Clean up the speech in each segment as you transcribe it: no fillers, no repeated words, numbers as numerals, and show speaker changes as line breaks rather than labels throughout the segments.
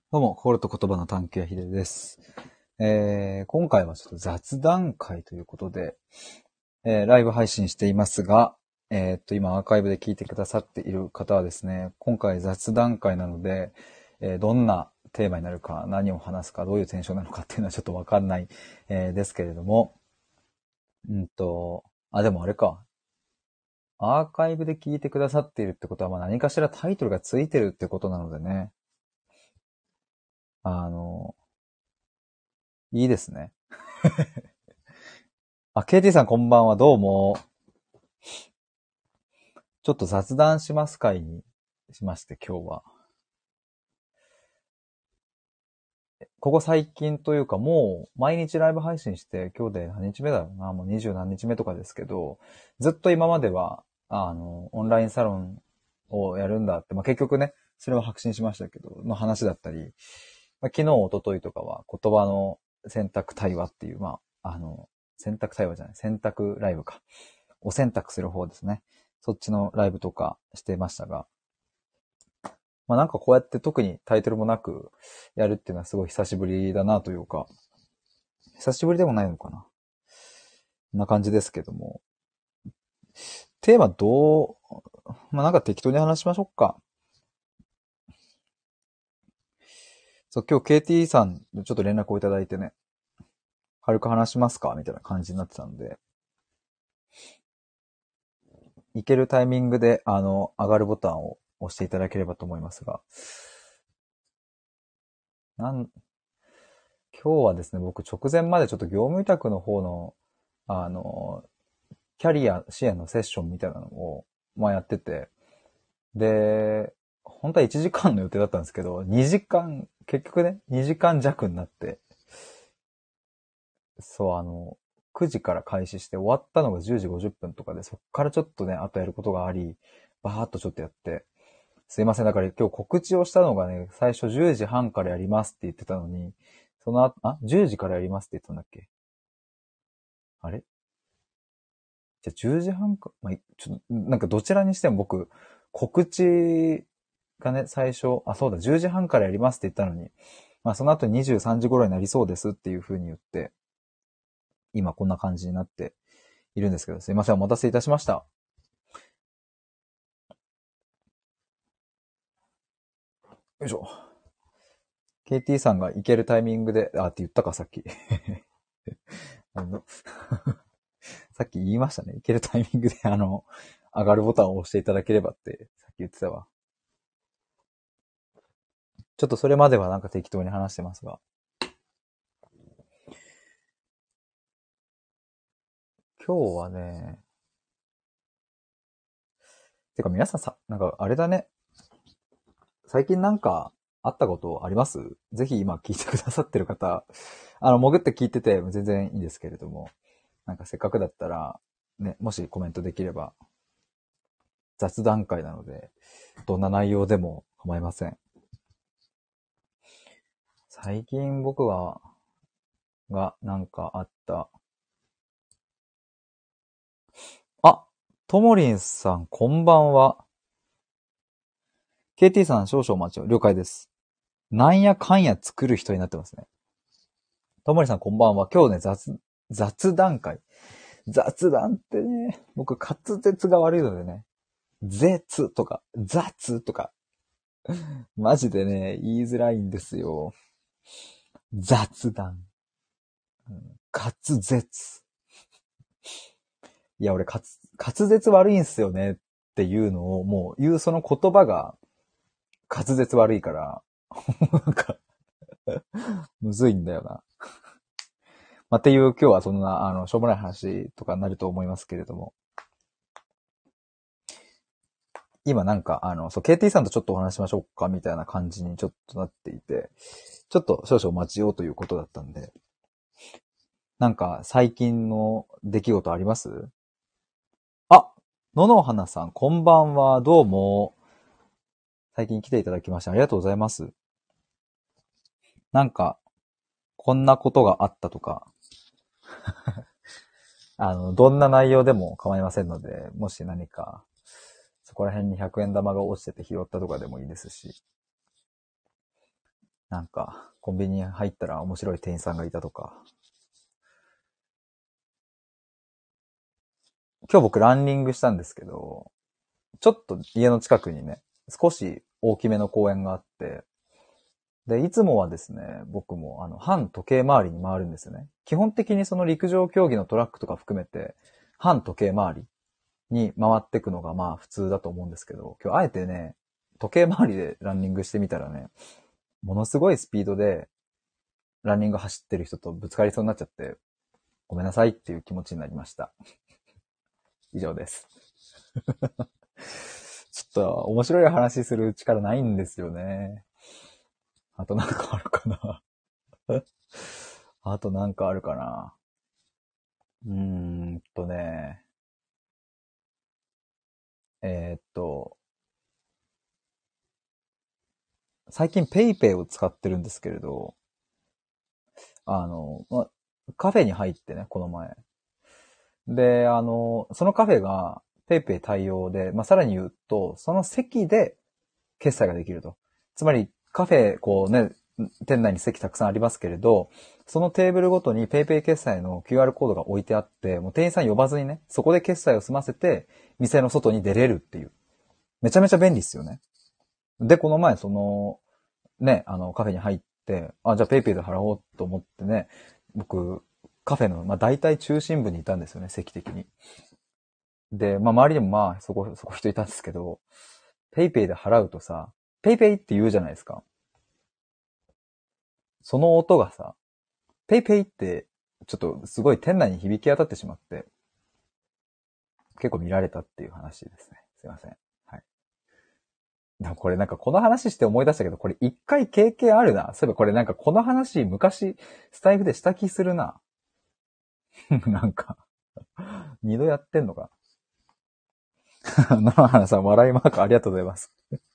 どうも、心と言葉の探求やひでです。今回はちょっと雑談会ということで、ライブ配信していますが、今アーカイブで聞いてくださっている方はですね、今回雑談会なので、どんなテーマになるか、何を話すか、どういうテンションなのかっていうのはちょっとわかんない、ですけれども、でもあれか。アーカイブで聞いてくださっているってことは、まあ何かしらタイトルがついてるってことなのでね、あの、いいですね。KT さんこんばんは、どうも。ちょっと雑談します会にしまして、今日は。ここ最近というか、もう毎日ライブ配信して、今日で何日目だろうな、もう20何日目とかですけど、ずっと今までは、オンラインサロンをやるんだって、まあ、結局ね、それは白紙にしましたけど、の話だったり、まあ、昨日、一昨日とかは言葉の選択対話っていう、選択対話じゃない、選択ライブか。を選択する方ですね。そっちのライブとかしてましたが、まあなんかこうやって特にタイトルもなくやるっていうのはすごい久しぶりだなというか、久しぶりでもないのかな。こんな感じですけども。テーマなんか適当に話しましょうか。そう、今日 KT さんにちょっと連絡をいただいてね、軽く話しますかみたいな感じになってたんで、いけるタイミングで、上がるボタンを押していただければと思いますが、なん、今日はですね、僕直前までちょっと業務委託の方の、あの、キャリア支援のセッションみたいなのを、まあやってて、で、本当は1時間の予定だったんですけど、2時間、結局ね、2時間弱になって、そう、9時から開始して終わったのが10時50分とかで、そっからちょっとね、あとやることがあり、バーっとちょっとやって、すいません。だから今日告知をしたのがね、最初10時半からやりますって言ってたのに、その後、10時からやりますって言ってたんだっけ？あれじゃあ10時半か、まあ、なんかどちらにしても僕、告知がね、最初、そうだ、10時半からやりますって言ったのに、まあその後23時頃になりそうですっていう風に言って、今こんな感じになっているんですけど、すいません、お待たせいたしました。よいしょ。KT さんが行けるタイミングで、って言ったか、さっき。あのさっき言いましたね。行けるタイミングで、上がるボタンを押していただければって、さっき言ってたわ。ちょっとそれまではなんか適当に話してますが。今日はね、てか皆さんなんかあれだね。最近なんかあったことあります？ぜひ今聞いてくださってる方、潜って聞いてて全然いいんですけれども、なんかせっかくだったら、ね、もしコメントできれば、雑談会なので、どんな内容でも構いません。最近僕がなんかあった。あ、ともりんさん、こんばんは。KT さん、少々お待ちを。了解です。なんやかんや作る人になってますね。ともりさん、こんばんは。今日ね、雑談会。雑談ってね、僕滑舌が悪いのでね、絶とか、雑とか、マジでね、言いづらいんですよ。雑談。滑舌。いや、俺滑舌悪いんすよねっていうのを、もう言うその言葉が滑舌悪いから、なんか、むずいんだよな。まあ、っていう今日はそんな、しょうもない話とかになると思いますけれども。今なんか、そう、KT さんとちょっとお話ししましょうかみたいな感じにちょっとなっていて、ちょっと少々お待ちをということだったんで、なんか最近の出来事あります？野々花さん、こんばんは、どうも。最近来ていただきましてありがとうございます。なんか、こんなことがあったとか、どんな内容でも構いませんので、もし何か、そこら辺に100円玉が落ちてて拾ったとかでもいいですし、 なんか、コンビニに入ったら面白い店員さんがいたとか。今日僕ランニングしたんですけど、ちょっと家の近くにね、少し大きめの公園があって、で、いつもはですね、僕も反時計回りに回るんですよね。基本的にその陸上競技のトラックとか含めて、反時計回りに回っていくのがまあ普通だと思うんですけど、今日あえてね、時計回りでランニングしてみたらね、ものすごいスピードでランニング走ってる人とぶつかりそうになっちゃって、ごめんなさいっていう気持ちになりました。以上です。ちょっと面白い話する力ないんですよね。あとなんかあるかな。あとなんかあるかな。ね。えーっと、最近ペイペイを使ってるんですけれど、カフェに入ってね、この前。で、そのカフェがペイペイ対応で、さらに言うと、その席で決済ができると。つまり、カフェ、こうね、店内に席たくさんありますけれど、そのテーブルごとにペイペイ決済の QR コードが置いてあって、もう店員さん呼ばずにね、そこで決済を済ませて、店の外に出れるっていう。めちゃめちゃ便利っすよね。で、この前、ね、カフェに入って、じゃあペイペイで払おうと思ってね、僕、カフェの、大体中心部にいたんですよね、席的に。で、周りにもそこ人いたんですけど、ペイペイで払うとさ、ペイペイって言うじゃないですか。その音がさ、ペイペイって、ちょっとすごい店内に響き当たってしまって、結構見られたっていう話ですね。すいません。はい。でもこれなんかこの話して思い出したけど、これ一回経験あるな。そういえばこれなんかこの話昔スタイフでした気するな。なんか、二度やってんのかな。野原さん笑いマークありがとうございます。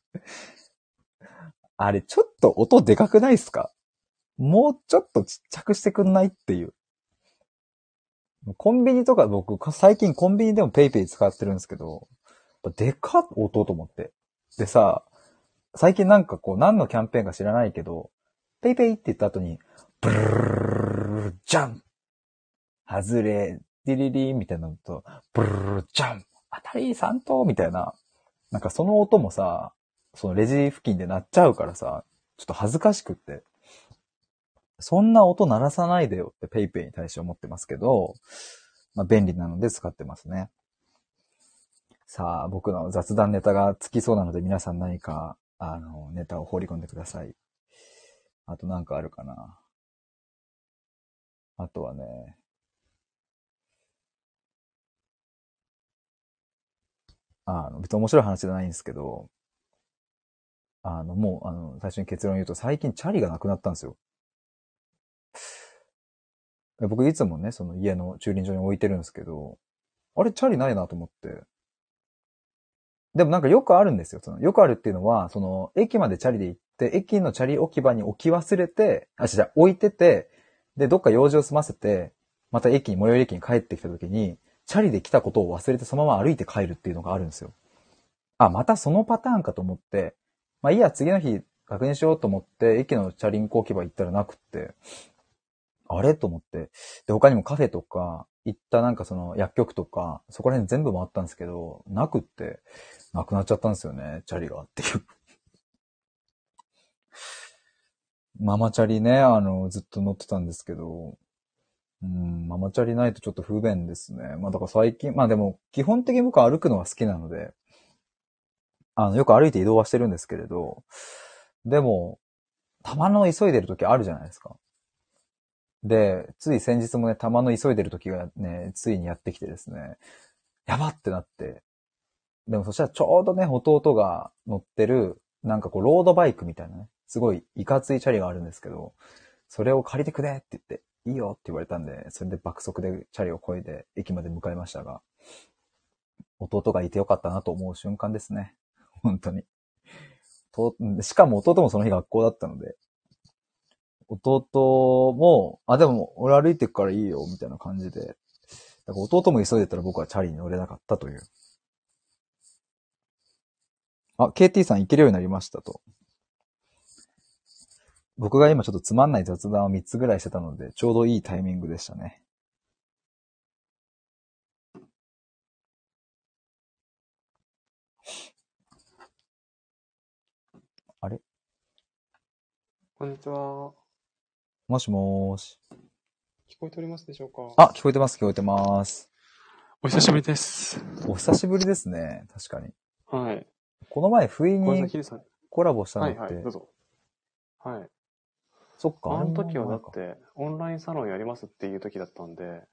あれちょっと音でかくないっすか？もうちょっとちっちゃくしてくんないっていう。コンビニとか僕、最近コンビニでもペイペイ使ってるんですけど、でかっ音と思って。でさ、最近なんかこう何のキャンペーンか知らないけど、ペイペイって言った後に、ブルルルジャン外れ、ディリリーみたいなのと、ブルルルジャン当たり3等みたいな。なんかその音もさ、そのレジ付近で鳴っちゃうからさ、ちょっと恥ずかしくって。そんな音鳴らさないでよってペイペイに対して思ってますけど、便利なので使ってますね。さあ、僕の雑談ネタがつきそうなので皆さん何か、ネタを放り込んでください。あとなんかあるかな。あとはね、別に面白い話じゃないんですけど、もう、最初に結論言うと、最近チャリがなくなったんですよ。僕いつもね、その家の駐輪場に置いてるんですけど、あれ、チャリないなと思って。でもなんかよくあるんですよ。よくあるっていうのは、駅までチャリで行って、駅のチャリ置き場に置き忘れて、置いてて、で、どっか用事を済ませて、また最寄り駅に帰ってきた時に、チャリで来たことを忘れてそのまま歩いて帰るっていうのがあるんですよ。またそのパターンかと思って、いいや、次の日確認しようと思って、駅のチャリンコ置き場行ったらなくって、あれと思って。で、他にもカフェとか、行ったなんかその薬局とか、そこら辺全部回ったんですけど、なくって、なくなっちゃったんですよね、チャリがっていう。ママチャリね、ずっと乗ってたんですけど、ママチャリないとちょっと不便ですね。だから最近、でも、基本的に僕は歩くのが好きなので、よく歩いて移動はしてるんですけれど、でも、たまの急いでる時あるじゃないですか。で、つい先日もね、たまの急いでる時がね、ついにやってきてですね、やばってなって、でもそしたらちょうどね、弟が乗ってる、なんかこう、ロードバイクみたいなね、すごいいかついチャリがあるんですけど、それを借りてくれって言って、いいよって言われたんで、それで爆速でチャリを漕いで駅まで向かいましたが、弟がいてよかったなと思う瞬間ですね。本当に。しかも弟もその日学校だったので、弟も、でも俺歩いてくからいいよ、みたいな感じで、だから弟も急いでたら僕はチャリに乗れなかったという。KT さん行けるようになりましたと。 僕が今ちょっとつまんない雑談を3つぐらいしてたので、ちょうどいいタイミングでしたね。あれ？
こんにちは。
もしもーし。
聞こえておりますでしょうか？
あ、聞こえてます、聞こえてます。
お久しぶりです。
お久しぶりですね。確かに。
はい。
この前、不意
ごめんなさい、
に
ヒデさん。
コラボしたの
はいはい、
って、
どうぞ。はい。
そっか、あれ
あの時はだ
も前か。
って、オンラインサロンやりますっていう時だったんで、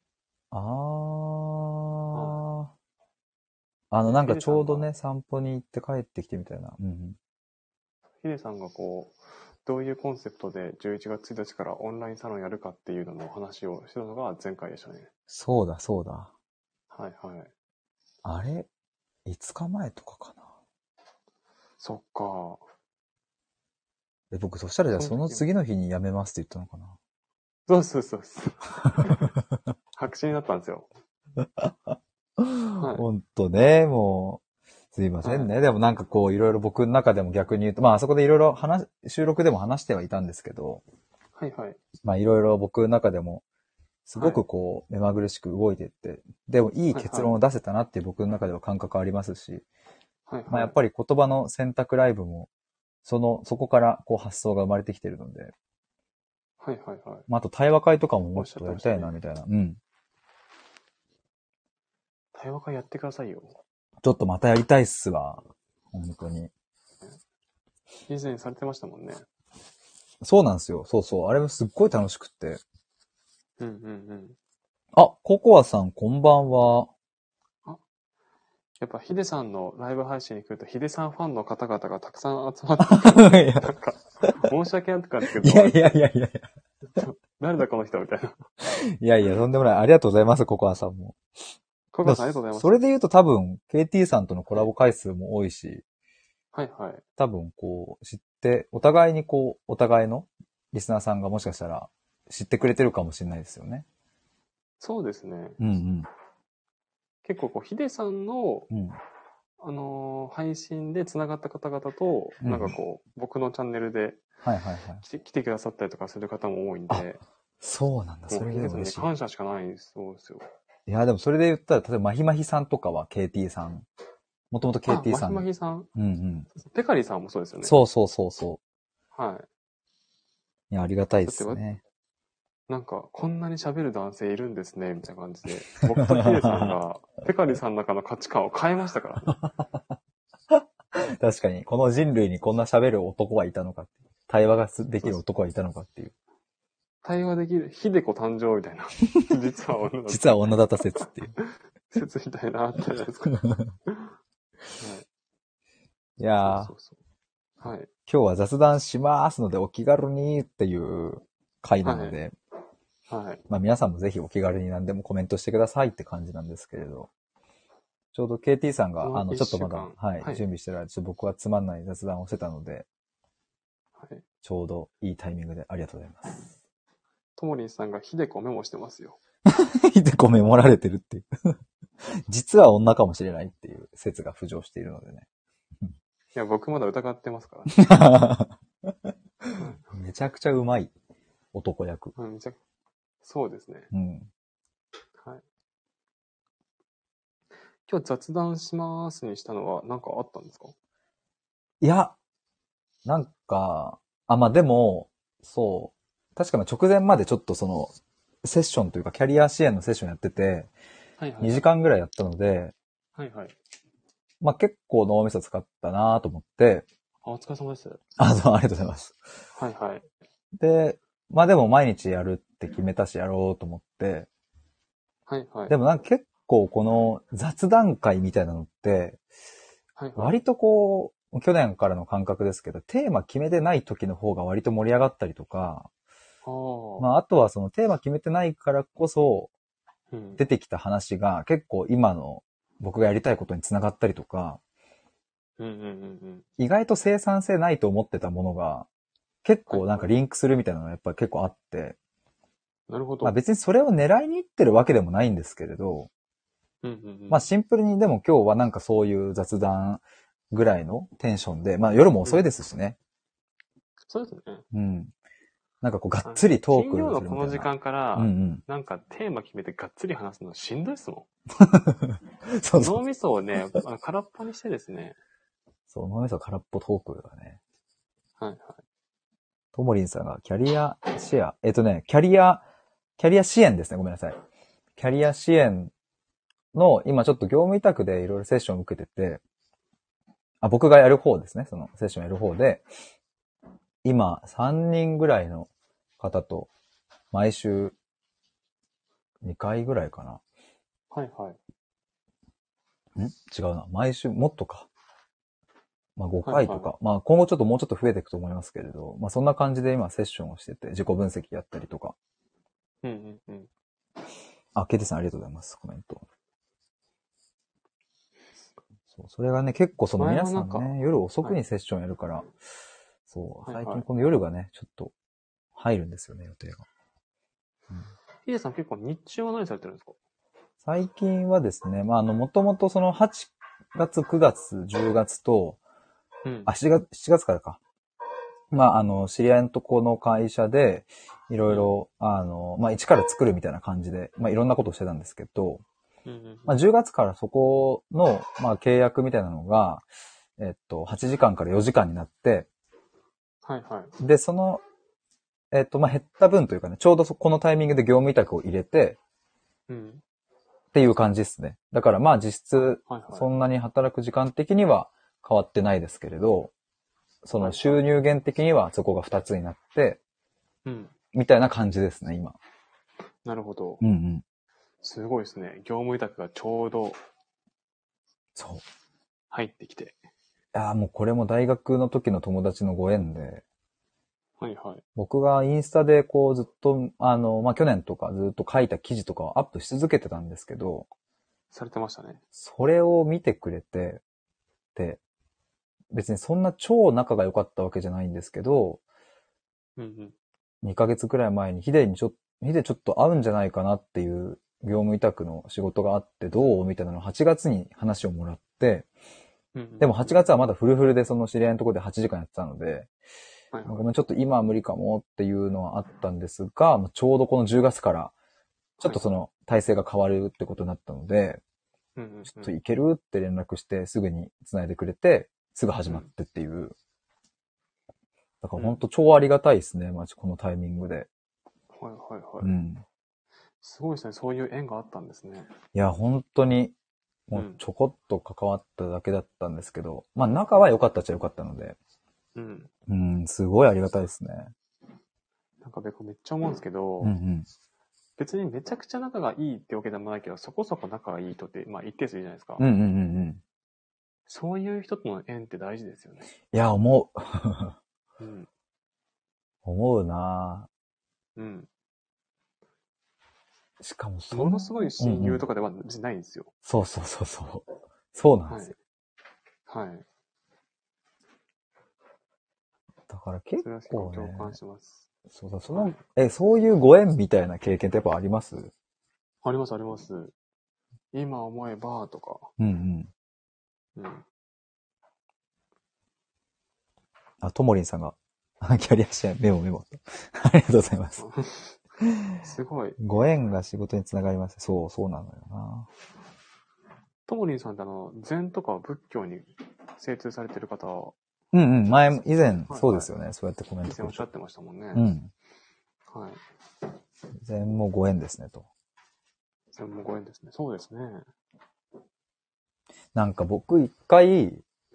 はい。で、
なんか
ヒデさんが、
ちょうどね、散歩に行って帰ってきてみたいな。うんうん。
ヒデさんがこう、どういうコンセプトで11月1日からオンラインサロンやるかっていうのの話をしてたのが前回でしたね。
そうだ、そうだ。
はいはい。
あれ ?5 日前とかかな。
そっか。
僕、そしたらじゃあ
その時、
その次の日に辞めますって言ったのかな。
そうそうそうそう。白紙になったんですよ。はい。
ほんとね、もう、すいませ
はい。
んね。でもなんかこう、いろいろ僕の中でも逆に言うと、まああそこでいろいろ収録でも話してはいたんですけど、
はいはい。
まあいろいろ僕の中でも、すご
はい。
くこう、目まぐるしく動いていって、でもいい
はいはい。
結論を出せたなっていう僕の中では感覚ありますし、まあやっ
はいはい。
ぱり言葉の選択ライブも、そこからこう発想が生まれてきてるので、
はいはいはい。
まああと対話会とかももっ
おっしゃっ
とやりたいな、
てましたね。
みたいな。うん。
対話会やってくださいよ。
ちょっとまたやりたいっすわ。本当に。
以前されてましたもんね。
そうなんですよ。そうそう。あれもすっごい楽しくって。
うんうん
あ、ココアさん、こんばんは。
うん。あ、やっぱヒデさんのライブ配信に来るとヒデさんファンの方々がたくさん集まってくるんで、なんか、申し訳なかったんですけど、
いやいやいやいやいや。
誰だこの人みたいな。
いやいや、とんでもない。ありがとうございます、ココアさんも。でも
コカさんありがとうございます。
それで言うと多分、KT さんとのコラボ回数も多いし、
はいはい。
多分こう、知って、お互いにこう、お互いのリスナーさんがもしかしたら知ってくれてるかもしれないですよね。
そうですね。
うん
結構こう、ヒデさんの、
うん。うん。
配信で繋がった方々と、
うんうん。
なんかこう、僕のチャンネルで
はいはいはい。
来てくださったりとかする方も多いん
あ、
で、
そうなんだ。
もう
それ
ヒデさんに
で嬉しい。
感謝しかないそうですよ。
いや、でもそれで言ったら、例えばマヒマヒさんとかは KT さん。もともと
あ、
KT
マヒマ
さん。
ヒさん。
うんうん。
ペカリさんもそうですよね。
そうそうそうそ
はい。
う。いや、ありがたいで
だって
すね。
なんか、こんなに喋る男性いるんですね、みたいな感じで、僕とヒデさんが、ペカリさんの中の価値観を変えましたからね。
確かに、この人類にこんな喋る男はいたのかっていう。対話ができ
そうそう。
る男はいたのかっていう。
対話できる、ヒデコ誕生みたいな。実は女だった
実は
みたいな。
女だった説っていう。
説みたいなあったじゃないですか。はい。
いやー、
そうそうそう。はい。
今日は雑談しますのでお気軽にっていう回な
はい。
ので、
はい。
まあ皆さんもぜひお気軽に何でもコメントしてくださいって感じなんですけれど、ちょうど KT さんが、
この一
ちょっとまだ、
週間。
はい、
はい。
準備してる間、ちょっと僕はつまんない雑談をしてたので、
はい。
ちょうどいいタイミングでありがとうございます。
ともりんさんがヒデコメモしてますよ。
で、ごめん、盛られてるっていう。実は女かもしれないっていう説が浮上しているのでね。
いや、僕まだ疑ってますからね。はい。
めちゃくちゃうまい男役。
うん、そうですね。
うん。
はい。今日雑談しますにしたのは何かあったんですか？
いや、なんか、まあでも、そう。確かに直前までちょっとその、セッションというかキャリア支援のセッションやってて、2
はいはいはい。
時間ぐらいやったので、
はいはい。
まあ結構脳みそ使ったなと思って、
あ、お疲れ様です。
ありがとうございます。
はいはい。
で、まあでも毎日やるって決めたしやろうと思って、
はいはい。
でもなんか結構この雑談会みたいなのって、
はいはい。
割とこう、去年からの感覚ですけど、テーマ決めてない時の方が割と盛り上がったりとか、
ああ。
まああとはそのテーマ決めてないからこそ、
うん。
出てきた話が結構今の僕がやりたいことにつながったりとか、
うんうんうんうん。
意外と生産性ないと思ってたものが、結構なんか
はいはい。
リンクするみたいなのがやっぱり結構あって、まあ
なるほど。
別にそれを狙いに行ってるわけでもないんですけれど、
うんうんうん。
まあシンプルにでも今日はなんかそういう雑談ぐらいのテンションで、まあ夜も遅い
うん。
ですしね。
そうですね。
うん。なんかこう、がっつりトークするみたいな。
金曜のこの時間から、
うんうん、
なんかテーマ決めてがっつり話すのしんどいっすもん。
そうそう。
脳みそをね、空っぽにしてですね。
そう、脳みそ空っぽトークがね。
はいはい。
ともりんさんがキャリアシェア。キャリア支援ですね。ごめんなさい。キャリア支援の、今ちょっと業務委託でいろいろセッションを受けてて、僕がやる方ですね。そのセッションやる方で、今3人ぐらいの方と毎週2回ぐらいかな。
はいはい。
違うな。毎週もっとか。まあ5回とか。
はいはい、
まあ今後ちょっともうちょっと増えていくと思いますけれど、まあそんな感じで今セッションをしてて、自己分析やったりとか。
うんうんうん。
ケイティさんありがとうございます。コメント。そう、それがね、結構その皆さんね、夜遅くにセッションやるから、そう、最近この夜がね、ちょっと入るんですよね、予定が。
ヒデさん結構日中は何されてるんですか？
最近はですね、もともとその8月、9月、10月と、7月からか。知り合いのとこの会社で、いろいろ、一から作るみたいな感じで、いろんなことをしてたんですけど、10月からそこの、契約みたいなのが、8時間から4時間になって、
はいはい。
で、その、減った分というかね、ちょうどこのタイミングで業務委託を入れて、っていう感じですね。だから実質、そんなに働く時間的には変わってないですけれど、その収入源的にはそこが2つになって、みたいな感じですね、今。
なるほど。
うんうん。
すごいですね。業務委託がちょうど、
そう。
入ってきて。
もうこれも大学の時の友達のご縁で、
はいはい。
僕がインスタでこうずっと、去年とかずっと書いた記事とかをアップし続けてたんですけど、
されてましたね。
それを見てくれて、で、別にそんな超仲が良かったわけじゃないんですけど、2ヶ月くらい前にヒデちょっと合うんじゃないかなっていう業務委託の仕事があってどうみたいなのを8月に話をもらって、でも8月はまだフルフルでその知り合いのところで8時間やってたので、ごめん、ちょっと今は無理かもっていうのはあったんですが、ちょうどこの10月から、ちょっとその体制が変わるってことになったので、ちょっといけるって連絡してすぐに繋いでくれて、すぐ始まってっていう。だから本当超ありがたいですね、このタイミングで。
はいはいはい。すごいですね。そういう縁があったんですね。
いや、本当に、もうちょこっと関わっただけだったんですけど、仲は良かったっちゃ良かったので、すごいありがたいですね。
なんか僕めっちゃ思うんですけど、別にめちゃくちゃ仲がいいってわけでもないけど、そこそこ仲がいい人って、一定数いるじゃないですか。そういう人との縁って大事ですよね。
いや、思う。思うなぁ。しかも
ものすごい親友とかではないんですよ。
そうそうそうそう。そうなんですよ。
はい。
だから結構ね。
共感します。
そうだ、そういうご縁みたいな経験ってやっぱあります？
ありますあります。今思えばとか。
ともりんさんが、キャリア支援、メモ。ありがとうございます。
すごい。
ご縁が仕事につながります。そうなのよな。
ともりんさんって禅とか仏教に精通されてる方。
以前、そうですよね。そうやってコメント。
以前おっしゃってましたもんね。はい。
禅もご縁ですね、と。
禅もご縁ですね。そうですね。
なんか僕一回、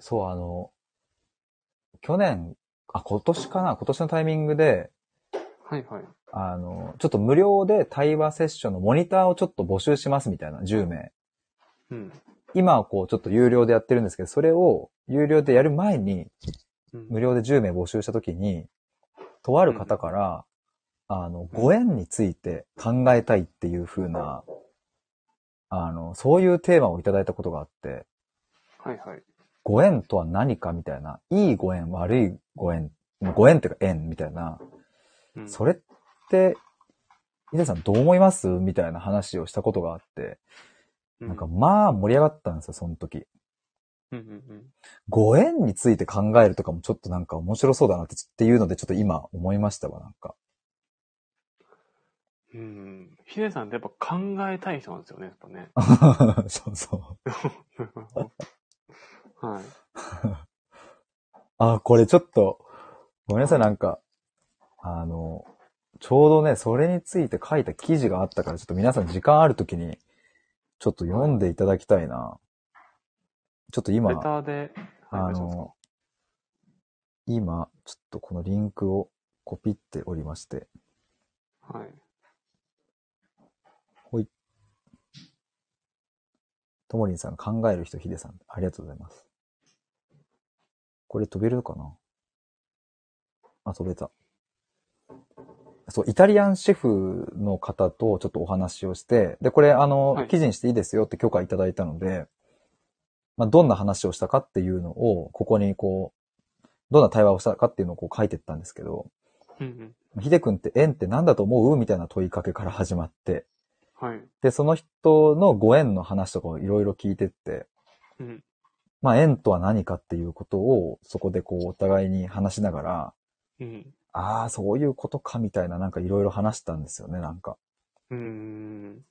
去年、今年かな今年のタイミングで、
はいはい。
ちょっと無料で対話セッションのモニターをちょっと募集しますみたいな、10名。今はちょっと有料でやってるんですけど、それを有料でやる前に、無料で10名募集したときに、とある方から、ご縁について考えたいっていう風な、そういうテーマをいただいたことがあって、
はいはい。
ご縁とは何かみたいな、いいご縁、悪いご縁、ご縁っていうか縁みたいな、それって、伊勢さんどう思いますみたいな話をしたことがあって、なんか盛り上がったんですよ、その時。
うんうん
ご縁について考えるとかもちょっとなんか面白そうだなっていうのでちょっと今思いましたわ、なんか。
うん。ヒデさんってやっぱ考えたい人なんですよね、やっぱね。
そうそう。
はい。
あ、これちょっと、ごめんなさい、なんか、あの、ちょうどね、それについて書いた記事があったから、ちょっと皆さん時間あるときに、ちょっと読んでいただきたいな。ちょっと
レ
今、
ターで、はい、お願いしますか。
今、ちょっとこのリンクをコピっておりまして、
はい。
ほい。ともりんさん、考える人、ひでさん、ありがとうございます。これ飛べるかなあ、飛べた。そう、イタリアンシェフの方とちょっとお話をして、で、これ
はい。
記事にしていいですよって許可いただいたので、まあ、どんな話をしたかっていうのを、ここにこう、どんな対話をしたかっていうのをこう書いてったんですけど、
うん
ひでくんって縁って何だと思うみたいな問いかけから始まって、
うん。はい。
で、その人のご縁の話とかをいろいろ聞いてって、
うん。
まあ縁とは何かっていうことをそこでこうお互いに話しながら、
うん。
ああ、そういうことかみたいななんかいろいろ話したんですよね、なんか。
うーん。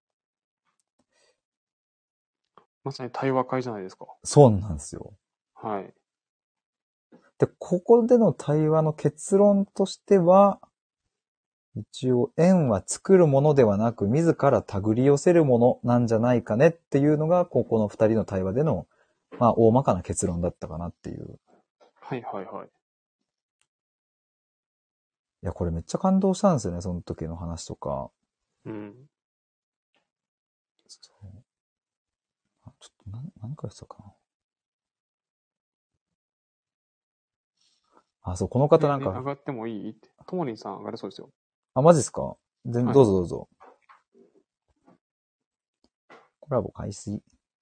まさに対話会じゃないですか。
そうなんですよ。
はい。
で、ここでの対話の結論としては、一応、縁は作るものではなく、自ら手繰り寄せるものなんじゃないかねっていうのが、ここの二人の対話での、まあ、大まかな結論だったかなっていう。
はいはいはい。
いや、これめっちゃ感動したんですよね、その時の話とか。
うん。
そうあちょっと何からしたかな。あ、そう、この方
上
なんか、
に上がってもいいって。ともりんさん上がれそうですよ。
あ、マジっすか
はい。
どうぞどうぞ。コラボ開始。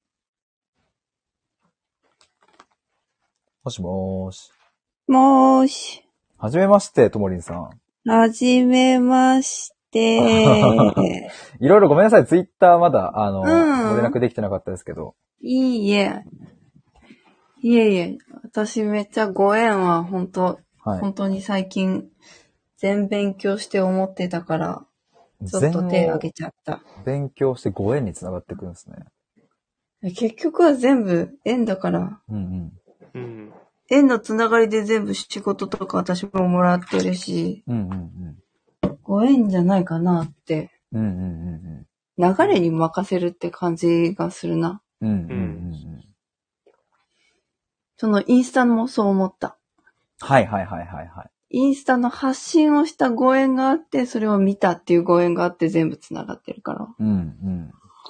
もしもーし。
もーし。
はじめまして、ともりんさん。
はじめまして。
いろいろごめんなさい、ツイッターまだ、ご連
うん。
絡できてなかったですけど。
いいえ。いえいえ。私めっちゃご縁は
はい。
本当に最近全勉強して思ってたから、ちょっと
禅を
手挙げちゃった。
勉強してご縁につながってくるんですね。
結局は全部縁だから、
うん
うん。
縁のつながりで全部仕事とか私ももらってるし、
うん。うんうん
ご縁じゃないかなって、
うん。うんうん
流れに任せるって感じがするな。
うんうん。うんうん
う
うんん。
そのインスタもそう思った。
はいはいはいはいはい。
インスタの発信をしたご縁があって、それを見たっていうご縁があって全部つながってるから。
うんうん。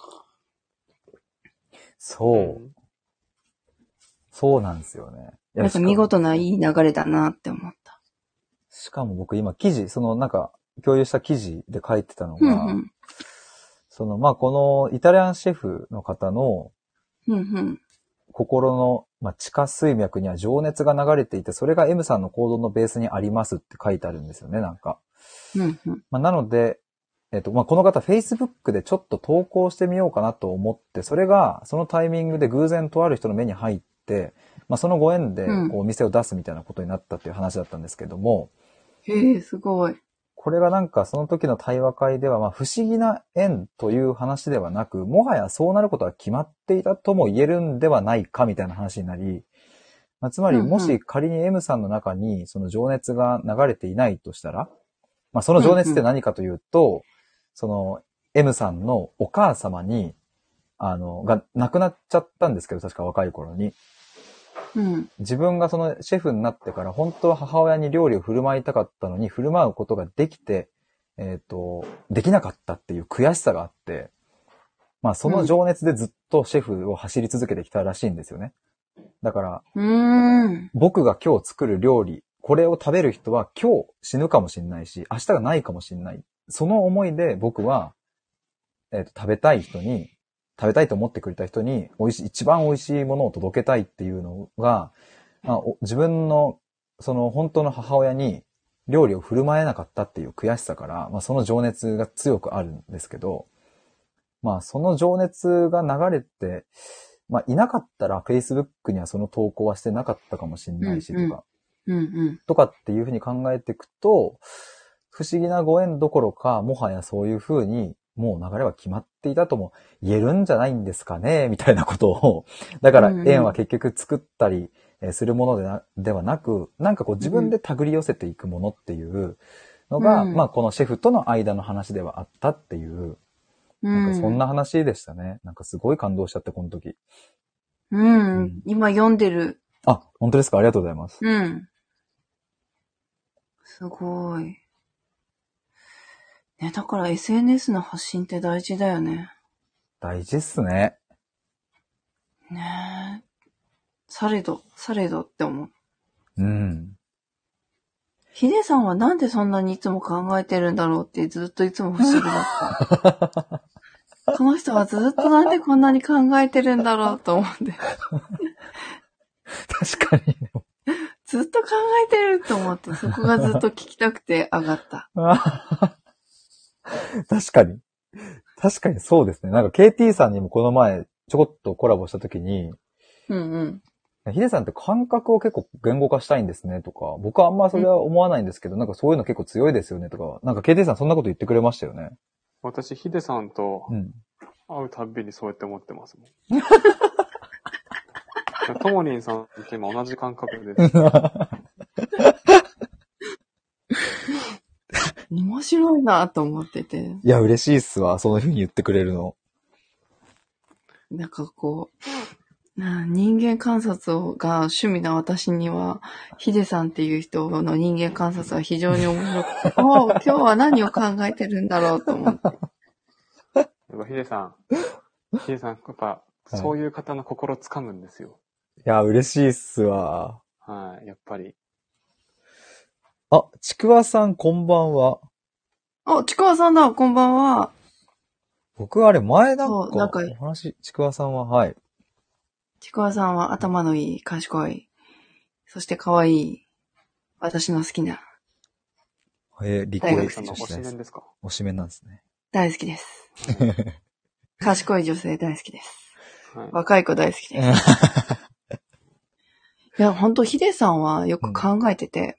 う
そう。
ん。
そうなんですよね。いや、
なんか見事ないい流れだなって思った。
しかも僕今記事、そのなんか共有した記事で書いてたのが、
ふんふん。
まあこのイタリアンシェフの方の
ふんふん。
心の、まあ、地下水脈には情熱が流れていて、それが M さんの行動のベースにありますって書いてあるんですよね、なんか。
ふんふん。
まあ、なので、まあ、この方 Facebook でちょっと投稿してみようかなと思って、それがそのタイミングで偶然とある人の目に入って、まあ、そのご縁でこうお店を出すみたいなことになったっていう話だったんですけども、
へえ、すごい。
これがなんかその時の対話会では、まあ不思議な縁という話ではなく、もはやそうなることは決まっていたとも言えるんではないかみたいな話になり、まあ、つまりも
ふんふん。
し仮に M さんの中にその情熱が流れていないとしたら、まあその情熱って
ふんふん。
何かというと、その M さんのお母様に、が亡くなっちゃったんですけど、確か若い頃に。
うん。
自分がそのシェフになってから本当は母親に料理を振る舞いたかったのに振る舞うことができて、できなかったっていう悔しさがあって、まあその情熱でずっとシェフを走り続けてきたらしいんですよね。だから、
うーん。
僕が今日作る料理、これを食べる人は今日死ぬかもしれないし、明日がないかもしれない。その思いで僕は、食べたい人に、食べたいと思ってくれた人に、一番美味しいものを届けたいっていうのが、まあ、自分の、その本当の母親に料理を振る舞えなかったっていう悔しさから、まあその情熱が強くあるんですけど、まあその情熱が流れて、 まあ、いなかったら Facebook にはその投稿はしてなかったかもしれないしとか、とかっていうふうに考えていくと、不思議なご縁どころか、もはやそういうふうに、もう流れは決まっていたとも言えるんじゃないんですかね、みたいなことを、だから縁は結局作ったりするものではなく、なんかこう自分で手繰り寄せていくものっていうのが、まあこのシェフとの間の話ではあったっていう、なんかそんな話でしたね。なんかすごい感動しちゃって、この時。
今読んでる。
あ、本当ですか？ありがとうございます。
すごい。ね、だから SNS の発信って大事だよね。
大事っすね。
ねえ。されどって思う。ヒデさんはなんでそんなにいつも考えてるんだろうってずっといつも不思議だった。この人はずっとなんでこんなに考えてるんだろうと思って。
確かに。
ずっと考えてると思って、そこがずっと聞きたくて上がった。
確かに。確かにそうですね。なんか KT さんにもこの前ちょこっとコラボしたときに、ヒデさんって感覚を結構言語化したいんですねとか、僕はあんまそれは思わないんですけど、なんかそういうの結構強いですよねとか、なんか KT さんそんなこと言ってくれましたよね。
私、ヒデさんと会うたびにそうやって思ってますもん。ともりんさんと今同じ感覚です。
面白いなと思ってて。
いや、嬉しいっすわ。その風に言ってくれるの。
なんかこう、人間観察が趣味な私には、ヒデさんっていう人の人間観察は非常に面白くて、今日は何を考えてるんだろうと思って。
やっぱヒデさん、やっぱ、そういう方の心つかむんですよ。
いや、嬉しいっすわ。
はい、やっぱり。
あ、ちくわさんこんばんは。
あ、ちくわさんだ、こんばんは。
僕あれ前なんかお話、ちくわさんは、はい。
ちくわさんは頭のいい、賢い、そして可愛い、私の好きな。
理系
女子の推しメンですか？
推しメンなんですね。
大好きです。賢い女性大好きです。はい、若い子大好きです。いや、ほんとヒデさんはよく考えてて、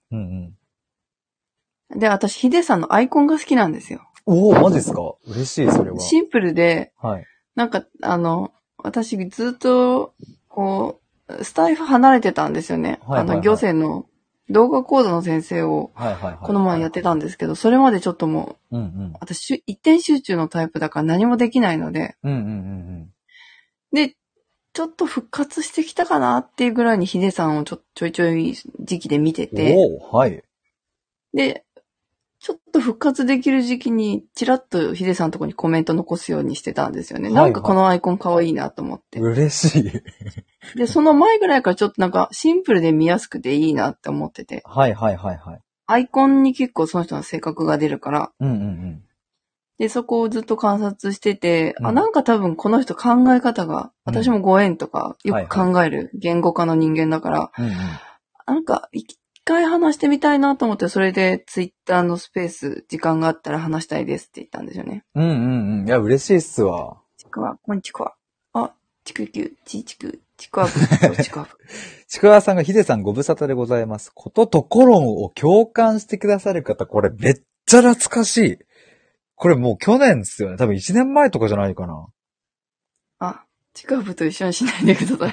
で、私ヒデさんのアイコンが好きなんですよ。
おー、マジですか？嬉しい、それは。
シンプルで、
はい。
なんか、私ずっと、こう、スタイフ離れてたんですよね。行政の動画コードの先生を、この前やってたんですけど、それまでちょっともう、私、一点集中のタイプだから何もできないので、で、ちょっと復活してきたかなっていうぐらいにヒデさんをちょいちょい時期で見てて、
はい。
で、ちょっと復活できる時期に、ちらっとヒデさんのとこにコメント残すようにしてたんですよね。なんかこのアイコン可愛いなと思って。
嬉しい。
で、その前ぐらいからちょっとなんかシンプルで見やすくていいなって思ってて。アイコンに結構その人の性格が出るから。で、そこをずっと観察してて、なんか多分この人考え方が、私もご縁とかよく考える言語化の人間だから、なんか一回話してみたいなと思って、それでツイッターのスペース、時間があったら話したいですって言ったんですよね。
いや、嬉しいっすわ。
ちくわ、こんちくわ。あ、ちくきゅう、ちくわぶ、ちくわぶ。
ちくわさんがヒデさんご無沙汰でございます。ことところんを共感してくださる方、これめっちゃ懐かしい。これもう去年ですよね。多分1年前とかじゃないかな。
あ、ちくわぶと一緒にしないでください。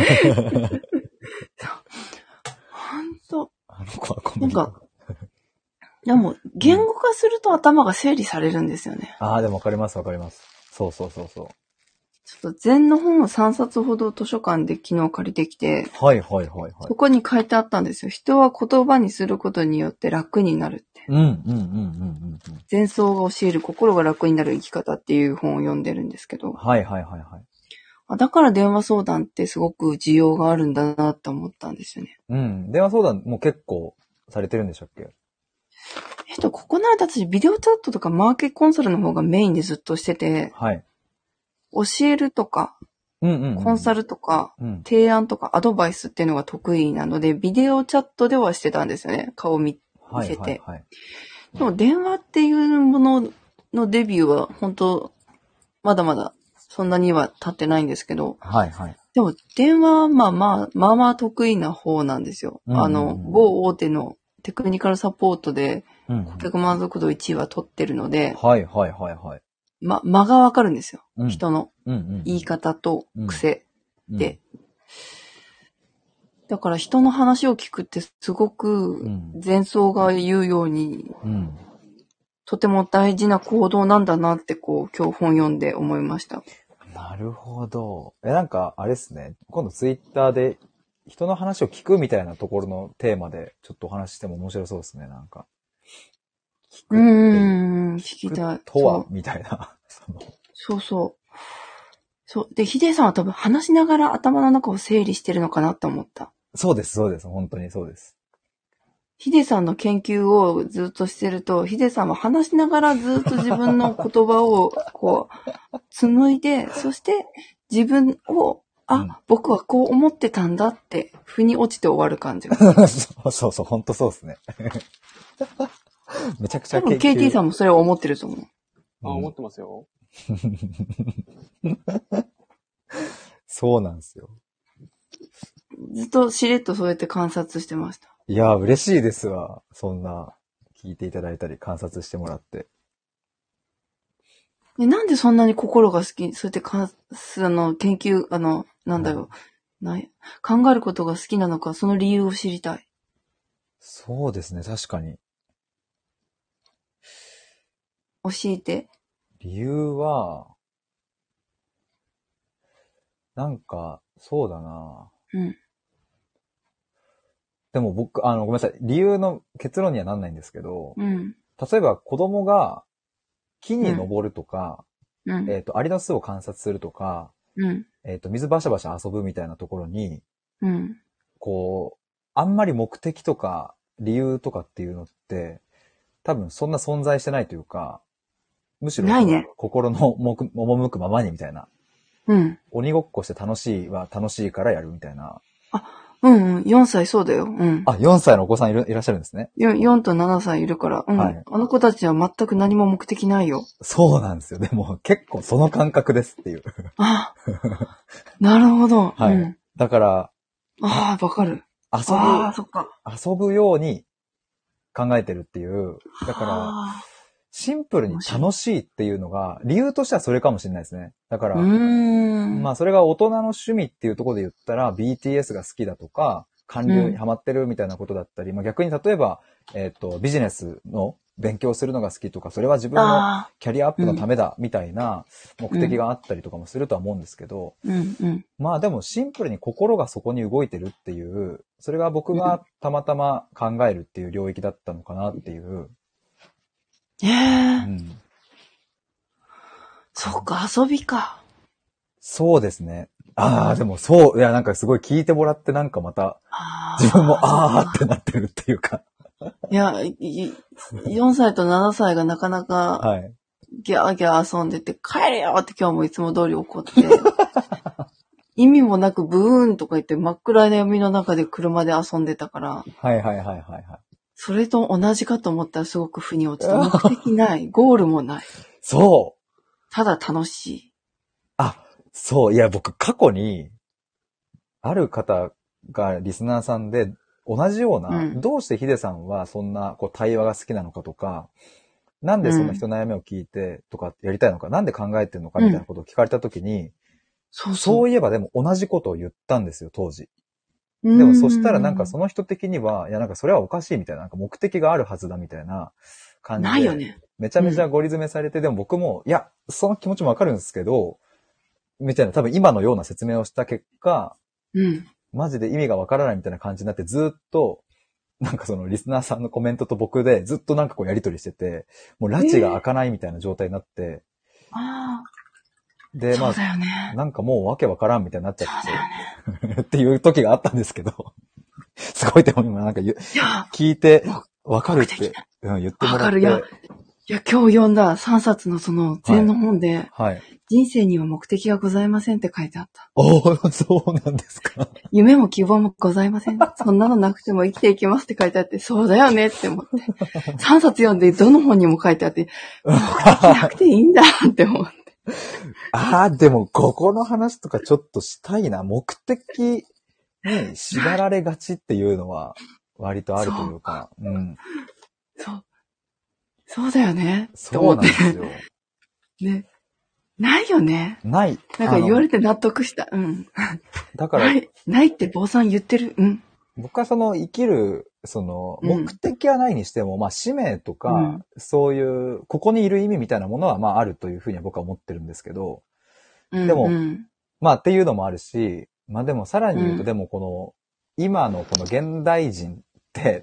ほんと。なんか、でも、言語化すると頭が整理されるんですよね。
ああ、でもわかります。そう。
ちょっと禅の本を3冊ほど図書館で昨日借りてきて、そこに書いてあったんですよ。人は言葉にすることによって楽になるって。禅僧が教える心が楽になる生き方っていう本を読んでるんですけど。だから電話相談ってすごく需要があるんだなって思ったんですよね。
電話相談も結構されてるんでしたっけ？
ここの間私ビデオチャットとかマーケコンサルの方がメインでずっとしてて、教えるとか、コンサルとか、提案とかアドバイスっていうのが得意なので、ビデオチャットではしてたんですよね。顔を見せて。でも電話っていうもののデビューは本当まだまだそんなには経ってないんですけど。
はいはい。
でも、電話はまあ得意な方なんですよ。某大手のテクニカルサポートで、顧客満足度1位は取ってるので、
はいはいはいはい。
間がわかるんですよ。人の言い方と癖で。だから人の話を聞くってすごく前奏が言うように、とても大事な行動なんだなって今日本読んで思いました。
なるほど。なんかあれですね。今度ツイッターで人の話を聞くみたいなところのテーマでちょっとお話ししても面白そうですね。なんか。
聞きたい。
とはみたいな。
そう。で、ヒデさんは多分話しながら頭の中を整理してるのかなって思った。
そうです。本当にそうです。
ヒデさんの研究をずっとしてると、ヒデさんは話しながらずっと自分の言葉を紡いで、そして自分を、僕はこう思ってたんだって、腑に落ちて終わる感じが。
そう、本当そうですね。めちゃくちゃ
多分 KT さんもそれを思ってると思う。
思ってますよ。
そうなんですよ。
ずっとしれっとそうやって観察してました。
いや、嬉しいですわ。そんな、聞いていただいたり、観察してもらって。
なんでそんなに心が好き、そうやって研究、考えることが好きなのか、その理由を知りたい。
そうですね、確かに。
教えて。
理由は、なんか、そうだな。でも僕、ごめんなさい。理由の結論にはなんないんですけど、例えば子供が木に登るとか、アリの巣を観察するとか、水バシャバシャ遊ぶみたいなところに、あんまり目的とか理由とかっていうのって、多分そんな存在してないというか、むしろ心の赴くままにみたいな。鬼ごっこして楽しいからやるみたいな。
4歳そうだよ。
4歳のお子さんいらっしゃるんですね。
4と7歳いるから。あの子たちは全く何も目的ないよ。
そうなんですよ。でも結構その感覚ですっていう。
なるほど。
はい。だから。
わかる。そっか。
遊ぶように考えてるっていう。だから、シンプルに楽しいっていうのが、理由としてはそれかもしれないですね。だから、それが大人の趣味っていうところで言ったら、BTS が好きだとか、韓流にハマってるみたいなことだったり、逆に例えば、ビジネスの勉強するのが好きとか、それは自分のキャリアアップのためだみたいな目的があったりとかもするとは思うんですけど、でもシンプルに心がそこに動いてるっていう、それが僕がたまたま考えるっていう領域だったのかなっていう。
そっか、遊びか。
そうですね。でもそう、いや、なんかすごい聞いてもらってなんかまた、自分もってなってるっていうか。
いや、4歳と7歳がなかなか、ギャーギャー遊んでて、帰れよって今日もいつも通り怒って、意味もなくブーンとか言って真っ暗な闇の中で車で遊んでたから。それと同じかと思ったらすごく腑に落ちた。目的ない。ゴールもない。
そう。
ただ楽しい。
そう。いや、僕過去に、ある方がリスナーさんで、同じような、どうしてヒデさんはそんな対話が好きなのかとか、なんでそんな人の悩みを聞いてとかやりたいのか、なんで考えてるのかみたいなことを聞かれたときに、そういえばでも同じことを言ったんですよ、当時。でもそしたらなんかその人的には、いやなんかそれはおかしいみたいな、なんか目的があるはずだみたいな感じで。
ないよね。
めちゃめちゃゴリ詰めされて、でも僕も、いや、その気持ちもわかるんですけど、みたいな、多分今のような説明をした結果、マジで意味がわからないみたいな感じになってずっと、なんかそのリスナーさんのコメントと僕でずっとなんかやりとりしてて、もう拉致が開かないみたいな状態になって、で、
そうだよね。
なんかもうわけわからんみたいになっちゃって、っていう時があったんですけど、すごいでも今なんか聞いて、わかるって、言ってもらって。わかる。
いや、今日読んだ3冊のその禅の本で、人生には目的がございませんって書いてあった。
そうなんですか。
夢も希望もございません。そんなのなくても生きていきますって書いてあって、そうだよねって思って。3冊読んでどの本にも書いてあって、目的なくていいんだって思って。
でも、ここの話とかちょっとしたいな。目的に縛られがちっていうのは、割とあるというか。うん。
そうだよね。
そうなんですよ。
ね。ないよね。
ない。
なんか言われて納得した。うん。
だから。
ないって坊さん言ってる。うん。
僕は生きる、目的はないにしても、使命とか、そういう、ここにいる意味みたいなものは、あるというふうには僕は思ってるんですけど、でも、っていうのもあるし、でもさらに言うと、でも今のこの現代人って、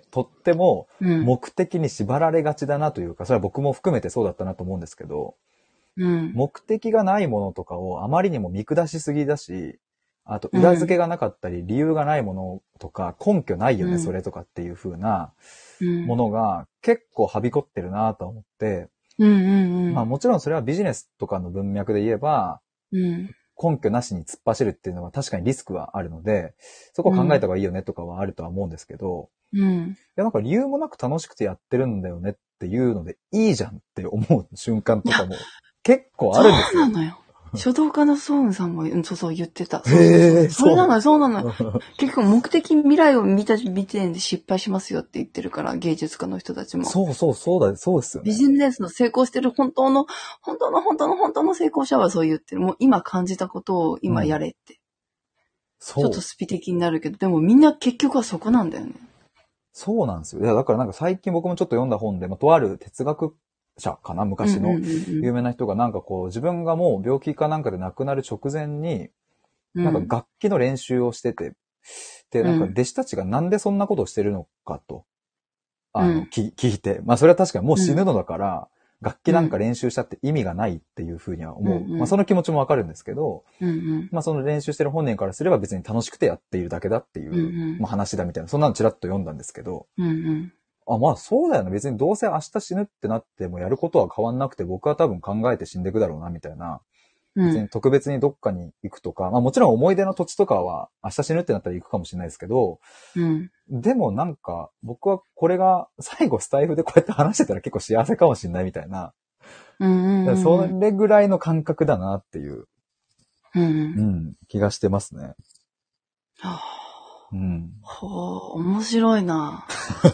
とっても、目的に縛られがちだなというか、それは僕も含めてそうだったなと思うんですけど、目的がないものとかをあまりにも見下しすぎだし、あと裏付けがなかったり、理由がないものとか、根拠ないよね、それとかっていう風なものが結構はびこってるなと思って、もちろんそれはビジネスとかの文脈で言えば、根拠なしに突っ走るっていうのは確かにリスクはあるので、そこを考えた方がいいよねとかはあるとは思うんですけど、いやなんか理由もなく楽しくてやってるんだよねっていうのでいいじゃんって思う瞬間とかも結構あるんですよ。
そうなのよ。書道家のソウンさんも、そう言ってた。
そうな
のよ、そうなのよ。結局目的未来を見た時点で失敗しますよって言ってるから、芸術家の人たちも。
そうですよね。
ビジネスの成功してる本当の成功者はそう言ってる。もう今感じたことを今やれって。ちょっとスピ的になるけど、でもみんな結局はそこなんだよね。
そうなんですよ。いや、だからなんか最近僕もちょっと読んだ本で、とある哲学者かな、昔の有名な人がなんか自分がもう病気かなんかで亡くなる直前に、なんか楽器の練習をしてて、で、なんか弟子たちがなんでそんなことをしてるのかと、聞いて、それは確かにもう死ぬのだから、楽器なんか練習したって意味がないっていうふうには思う。その気持ちもわかるんですけど、その練習してる本人からすれば別に楽しくてやっているだけだっていう、話だみたいな、そんなのちらっと読んだんですけど、そうだよね。別にどうせ明日死ぬってなってもやることは変わんなくて僕は多分考えて死んでいくだろうなみたいな。別に特別にどっかに行くとか、もちろん思い出の土地とかは明日死ぬってなったら行くかもしれないですけど、でもなんか僕はこれが最後スタイフでこうやって話してたら結構幸せかもしれないみたいな。それぐらいの感覚だなっていう、気がしてますね。
面白いな。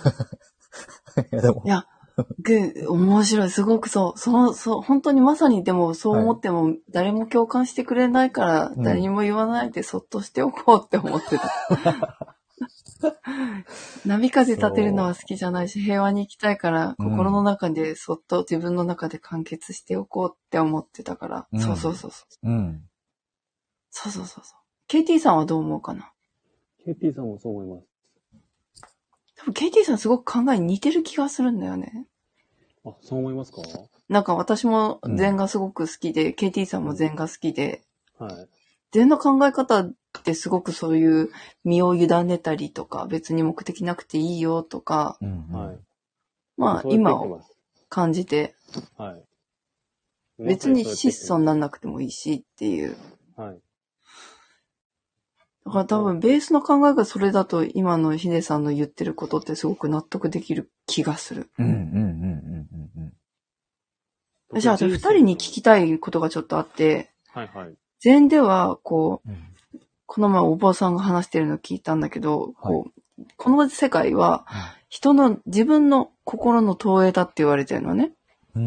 いや、面白い。すごくそう、本当にまさにでもそう思っても誰も共感してくれないから、誰にも言わないでそっとしておこうって思ってた。波風立てるのは好きじゃないし、平和に行きたいから、心の中でそっと自分の中で完結しておこうって思ってたから。そう。そう。KT さんはどう思うかな？
KT さんもそう思います。
多分 KT さんすごく考え似てる気がするんだよね。
あ、そう思いますか？
なんか私も禅がすごく好きで、KT さんも禅が好きで、
はい。
禅の考え方ってすごくそういう身を委ねたりとか、別に目的なくていいよとか、今を感じて、別に質素にならなくてもいいしっていう。だから多分ベースの考えがそれだと今のヒデさんの言ってることってすごく納得できる気がする。じゃあ二人に聞きたいことがちょっとあって、禅ではこの前お坊さんが話してるのを聞いたんだけど、この世界は人の自分の心の投影だって言われてるのね。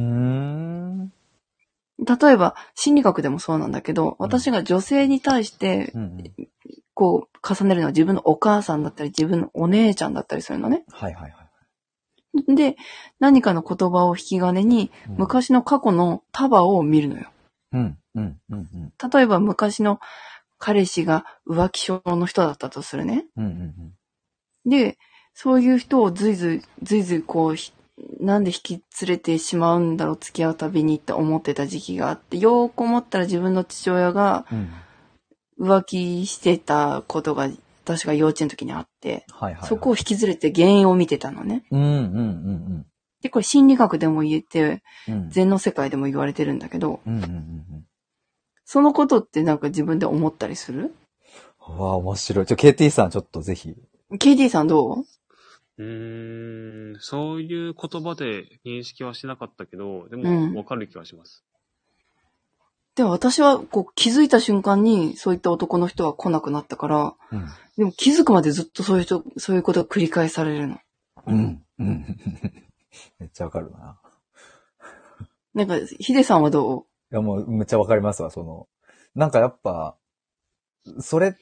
例えば心理学でもそうなんだけど、私が女性に対して重ねるのは自分のお母さんだったり自分のお姉ちゃんだったりするのね。で、何かの言葉を引き金に昔の過去の束を見るのよ。例えば昔の彼氏が浮気症の人だったとするね。で、そういう人をずいずいなんで引き連れてしまうんだろう、付き合うたびにって思ってた時期があって、よーく思ったら自分の父親が浮気してたことが私が幼稚園の時にあって、そこを引きずれて原因を見てたのね。で、これ心理学でも言えて、禅の世界でも言われてるんだけど、そのことってなんか自分で思ったりする？
面白い。KT さんちょっとぜひ。
KT さんどう？
そういう言葉で認識はしなかったけど、でもわかる気がします。
でも私はこう気づいた瞬間にそういった男の人は来なくなったから、うん、でも気づくまでずっとそういうことが繰り返されるの。
うん。うん。めっちゃわかるな。
なんか、ヒデさんはどう？
いやもうめっちゃわかりますわ、なんかやっぱ、それって、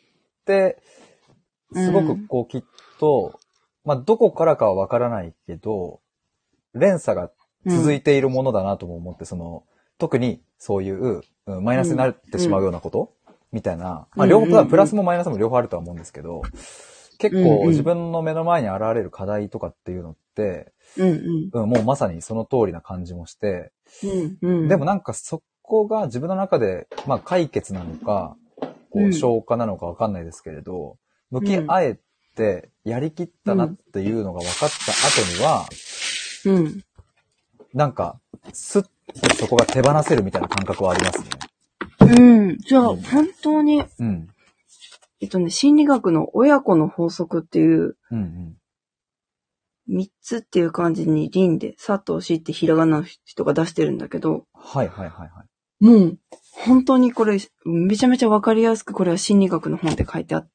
すごくこうきっと、まあどこからかはわからないけど、連鎖が続いているものだなとも思って、特にそういう、マイナスになってしまうようなこと、みたいな、まあ両方、プラスもマイナスも両方あるとは思うんですけど、結構自分の目の前に現れる課題とかっていうのって、もうまさにその通りな感じもして、でもなんかそこが自分の中で、まあ解決なのか、こう消化なのかわかんないですけれど、向き合えてやりきったなっていうのが分かった後には、なんか、スッとそこが手放せるみたいな感覚はあります
ね。じゃあ、本当に、心理学の親子の法則っていう、3つっていう感じに輪で、佐藤氏ってひらがなの人が出してるんだけど、もう、本当にこれ、めちゃめちゃわかりやすくこれは心理学の本で書いてあって、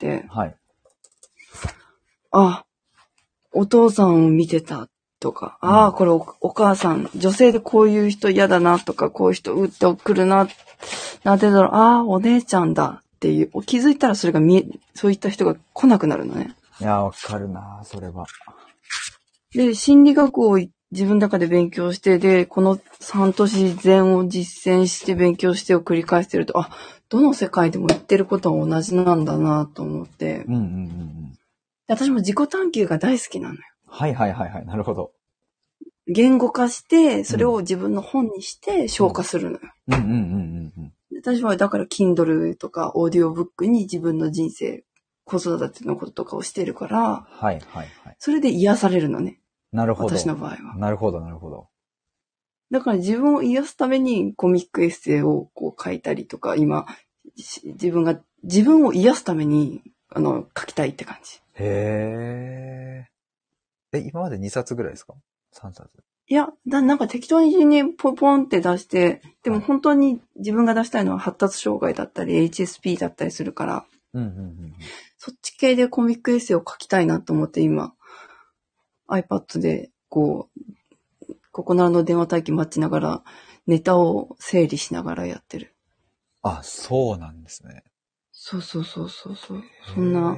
あ、お父さんを見てたとか、これ お母さん、女性でこういう人嫌だなとか、こういう人打ってくるな、なんてだろう、お姉ちゃんだっていう、気づいたらそれがそういった人が来なくなるのね。
いや、わかるな、それは。
で、心理学を自分の中で勉強して、で、この半年前を実践して勉強してを繰り返してると、どの世界でも言ってることは同じなんだなと思って、私も自己探求が大好きなのよ。
なるほど。
言語化して、それを自分の本にして消化するのよ。私はだから Kindle とかオーディオブックに自分の人生、子育てのこととかをしてるから、それで癒されるのね。
なるほど。
私の場合は。
なるほど、なるほど。
だから自分を癒すためにコミックエッセイをこう書いたりとか、今、自分を癒すために、書きたいって感じ。
へー。今まで2冊ぐらいですか ?3 冊。
いや、なんか適当にポンって出して、でも本当に自分が出したいのは発達障害だったり、HSP だったりするから、そっち系でコミックエッセイを書きたいなと思って今、iPad で、ここならの電話待機待ちながら、ネタを整理しながらやってる。
そうなんですね。
そう。そんな、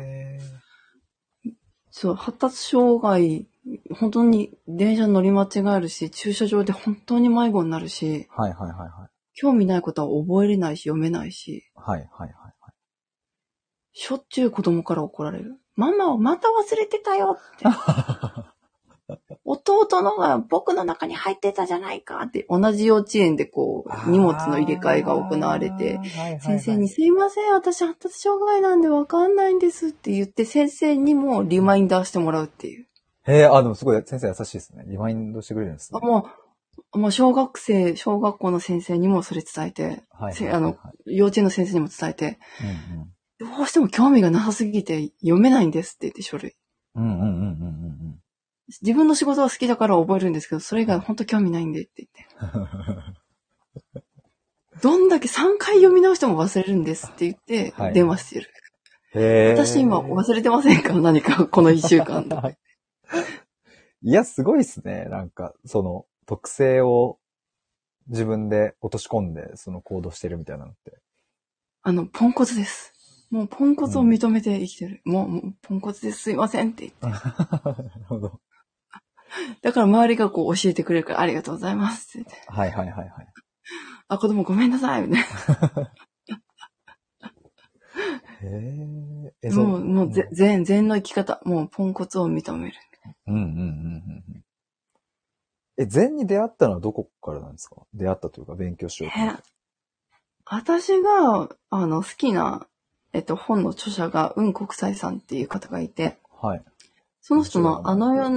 発達障害、本当に電車乗り間違えるし、駐車場で本当に迷子になるし、興味ないことは覚えれないし、読めないし、しょっちゅう子供から怒られる。ママをまた忘れてたよって。弟のが僕の中に入ってたじゃないかって、同じ幼稚園で荷物の入れ替えが行われて、先生にすいません、私発達障害なんでわかんないんですって言って、先生にもリマインダーしてもらうっていう。
でもすごい先生優しいですね。リマインドしてくれるんですね。
もう小学校の先生にもそれ伝えて、幼稚園の先生にも伝えて、どうしても興味がなさすぎて読めないんですって言って書類。自分の仕事は好きだから覚えるんですけど、それ以外本当興味ないんでって言って。どんだけ3回読み直しても忘れるんですって言って電話してる。私今忘れてませんか？何かこの1週間で。
いや、すごいですね。なんか、特性を自分で落とし込んで、行動してるみたいなのって。
ポンコツです。もうポンコツを認めて生きてる。もうポンコツですすいませんって言って。なるほど。だから周りが教えてくれるからありがとうございますって言って。子供ごめんなさいみたいな。もう禅の生き方。もうポンコツを認める。
禅に出会ったのはどこからなんですか？出会ったというか勉強しようと思って。
私が、好きな、本の著者が、国際さんっていう方がいて、その人のあの世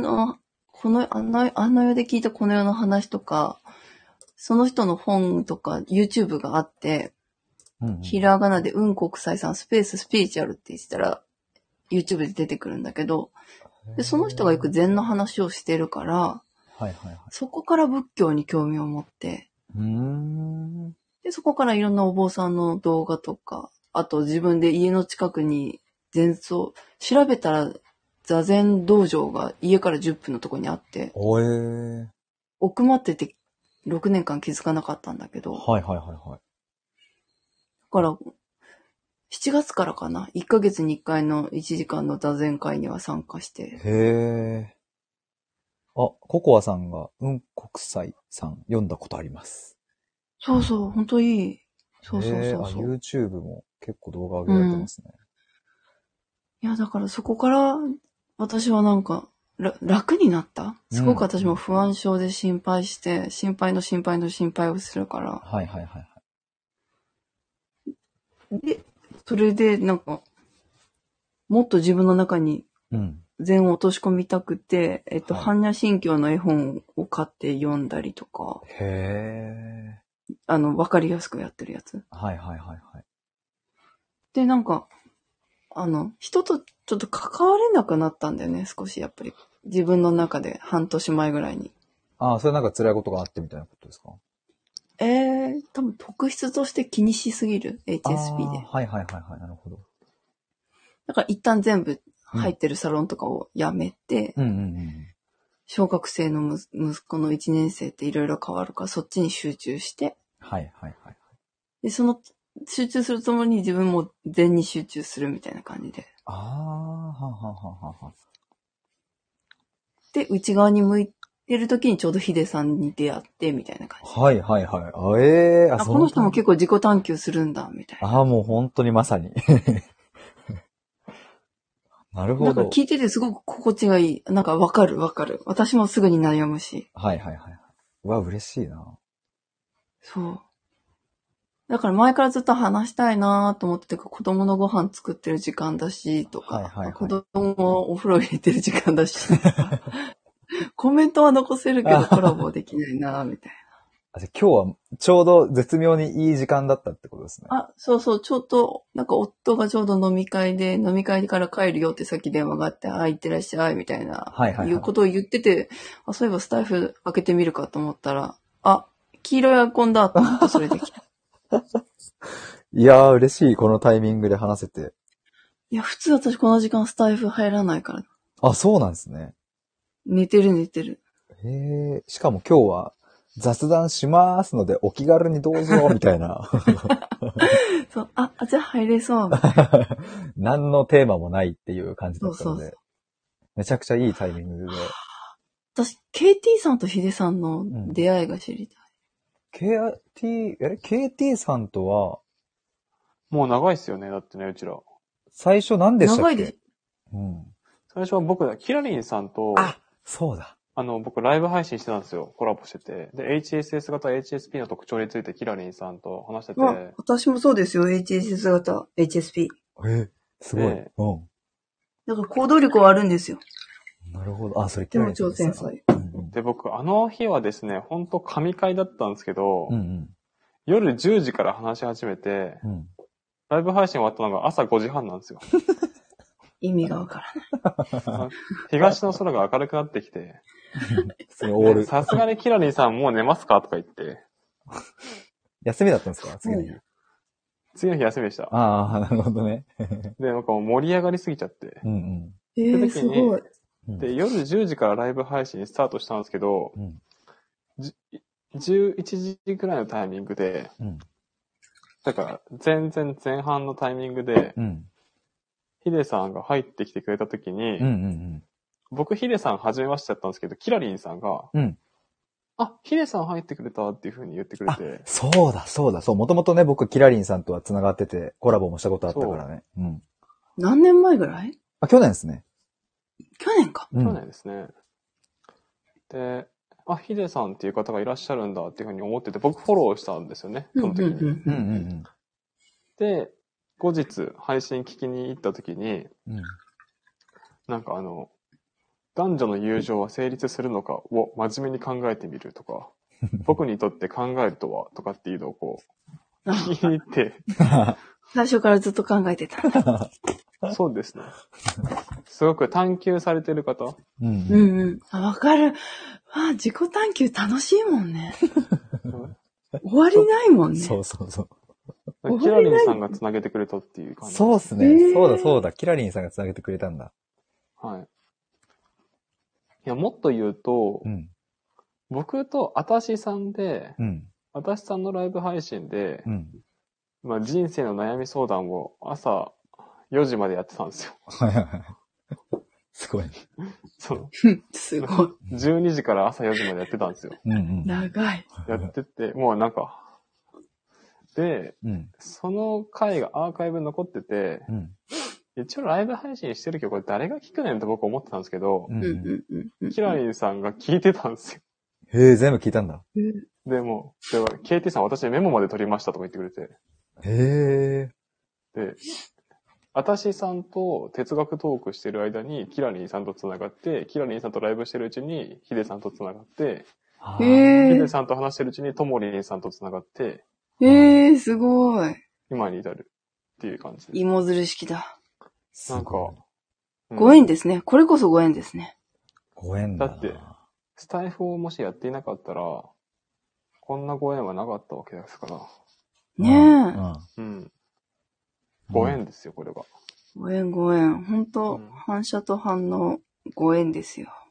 で聞いたこの世の話とか、その人の本とか YouTube があって、ひらがなで国際さんスペーススピリチュアルって言ってたら、YouTube で出てくるんだけど、でその人がよく禅の話をしてるから、そこから仏教に興味を持って、でで、そこからいろんなお坊さんの動画とか、あと自分で家の近くに調べたら座禅道場が家から10分のところにあって、奥まってて6年間気づかなかったんだけど、
はいはいはいはい。
だから、7月からかな、1ヶ月に1回の1時間の座禅会には参加して。
へー。あ、ココアさんが、国際さん読んだことあります。
そうそう、ほんといい。そうそうそうそう。
YouTube も結構動画上げられてますね。
いや、だからそこから私はなんか楽になった。すごく私も不安症で心配して、心配の心配の心配をするから。
はいはいはい。
で、それでなんか、もっと自分の中に禅を落とし込みたくて、般若心経の絵本を買って読んだりとか。
へ
ー。わかりやすくやってるやつ。
はいはいはいはい。
で、なんか、人とちょっと関われなくなったんだよね、少しやっぱり。自分の中で半年前ぐらいに。
ああ、それなんか辛いことがあってみたいなことですか？
多分特質として気にしすぎる、HSP で。
はいはいはいはい、なるほど。
だから一旦全部入ってるサロンとかをやめて、小学生の息子の1年生っていろいろ変わるから、そっちに集中して。
はいはいはい。
で、その集中するともに自分も禅に集中するみたいな感じで。
はははは。
で、内側に向いてる時にちょうどヒデさんに出会ってみたいな感じ。
はいはいはい。
この人も結構自己探求するんだ、みたいな。
もう本当にまさに。なるほど。
なんか聞いててすごく心地がいい。なんかわかる。私もすぐに悩むし。
はいはいはい。うわ、嬉しいな。
そう。だから前からずっと話したいなと思ってて、子供のご飯作ってる時間だし、とか、子供をお風呂入れてる時間だし、コメントは残せるけどコラボできないなみたいな。
今日はちょうど絶妙にいい時間だったってことですね。
そうそう、ちょっと、なんか夫がちょうど飲み会から帰るよってさっき電話があって、行ってらっしゃい、みたいな、いうことを言ってて、そういえばスタイフ開けてみるかと思ったら、黄色いアイコンだと思ってそれできた。
いやー、嬉しい、このタイミングで話せて。
いや、普通私この時間スタイフ入らないから。
そうなんですね。
寝てる。
しかも今日は、雑談しますのでお気軽にどうぞみたいな。
そう、じゃあ入れそう。
何のテーマもないっていう感じだったので、めちゃくちゃいいタイミングで。
私、KT さんとヒデさんの出会いが知りたい。
KT さんとは、
もう長いっすよね、だってね、うちら。
最初何でしたっけ？長い
です。
最初は僕キラリンさんと、
そうだ。
僕ライブ配信してたんですよ。コラボしてて。で、HSS 型 HSP の特徴についてキラリンさんと話してて。
私もそうですよ、HSS 型 HSP。
すごい。
だから行動力はあるんですよ。
なるほど。それキラリンさん。
超繊細。
で、僕、日はですね、ほんと神会だったんですけど、夜10時から話し始めて、ライブ配信終わったのが朝5時半なんですよ。
意味がわからない。
東の空が明るくなってきて、さすがにキラリンさんもう寝ますかとか言って。
休みだったんですか？次の日。
次の日休みでした。
なるほどね。
で、なんかもう盛り上がりすぎちゃって。
すごい。
で、夜10時からライブ配信スタートしたんですけど、11時くらいのタイミングで、だから全然前半のタイミングで、ヒデさんが入ってきてくれたときに、僕ヒデさん初めましてだったんですけど、キラリンさんが、ヒデさん入ってくれたっていう風に言ってくれて。
そうだ。もともとね、僕キラリンさんとは繋がってて、コラボもしたことあったからね。
何年前ぐらい？
去年ですね。
去年か。
去年ですね。で、ヒデさんっていう方がいらっしゃるんだっていう風に思ってて、僕フォローしたんですよね、その時に。で、後日配信聞きに行った時に、なんか男女の友情は成立するのかを真面目に考えてみるとか、僕にとって考えるとはとかっていうのをこう、聞きに行って。
最初からずっと考えてた。
そうですね。すごく探求されてる方。
わかる。自己探求楽しいもんね。 終わりないもんね。
そうそうそう。
キラリンさんが繋げてくれたっていう感じ。
そうっすね。そうだそうだ。キラリンさんが繋げてくれたんだ。
はい。いや、もっと言うと、僕とあたしさんで、あたしさんのライブ配信で、まあ人生の悩み相談を朝4時までやってたんですよ。
はいはいはい。すごい。
そう。すごい。
12時から朝4時までやってたんですよ。
長い。
やってて、もうなんか、で、その回がアーカイブ残ってて、一応ライブ配信してるけど、これ誰が聞くねんって僕思ってたんですけど、キラリンさんが聞いてたんですよ。
へえ、全部聞いたんだ。
でも、KT さん私メモまで取りましたとか言ってくれて。
へ
え。で、あたしさんと哲学トークしてる間に、キラリンさんと繋がって、キラリンさんとライブしてるうちに、ヒデさんと繋がって、ヒデさんと話してるうちに、ともりんさんと繋がって、
すごい。
今に至るっていう感じです。
芋づる式だ。
なんか、
ご縁ですね。これこそご縁ですね。
ご縁だ。
だって、スタイフをもしやっていなかったら、こんなご縁はなかったわけですから。
ね
え。ご縁ですよ、これが。
ご縁ご縁。ほんと、反射と反応、ご縁ですよ。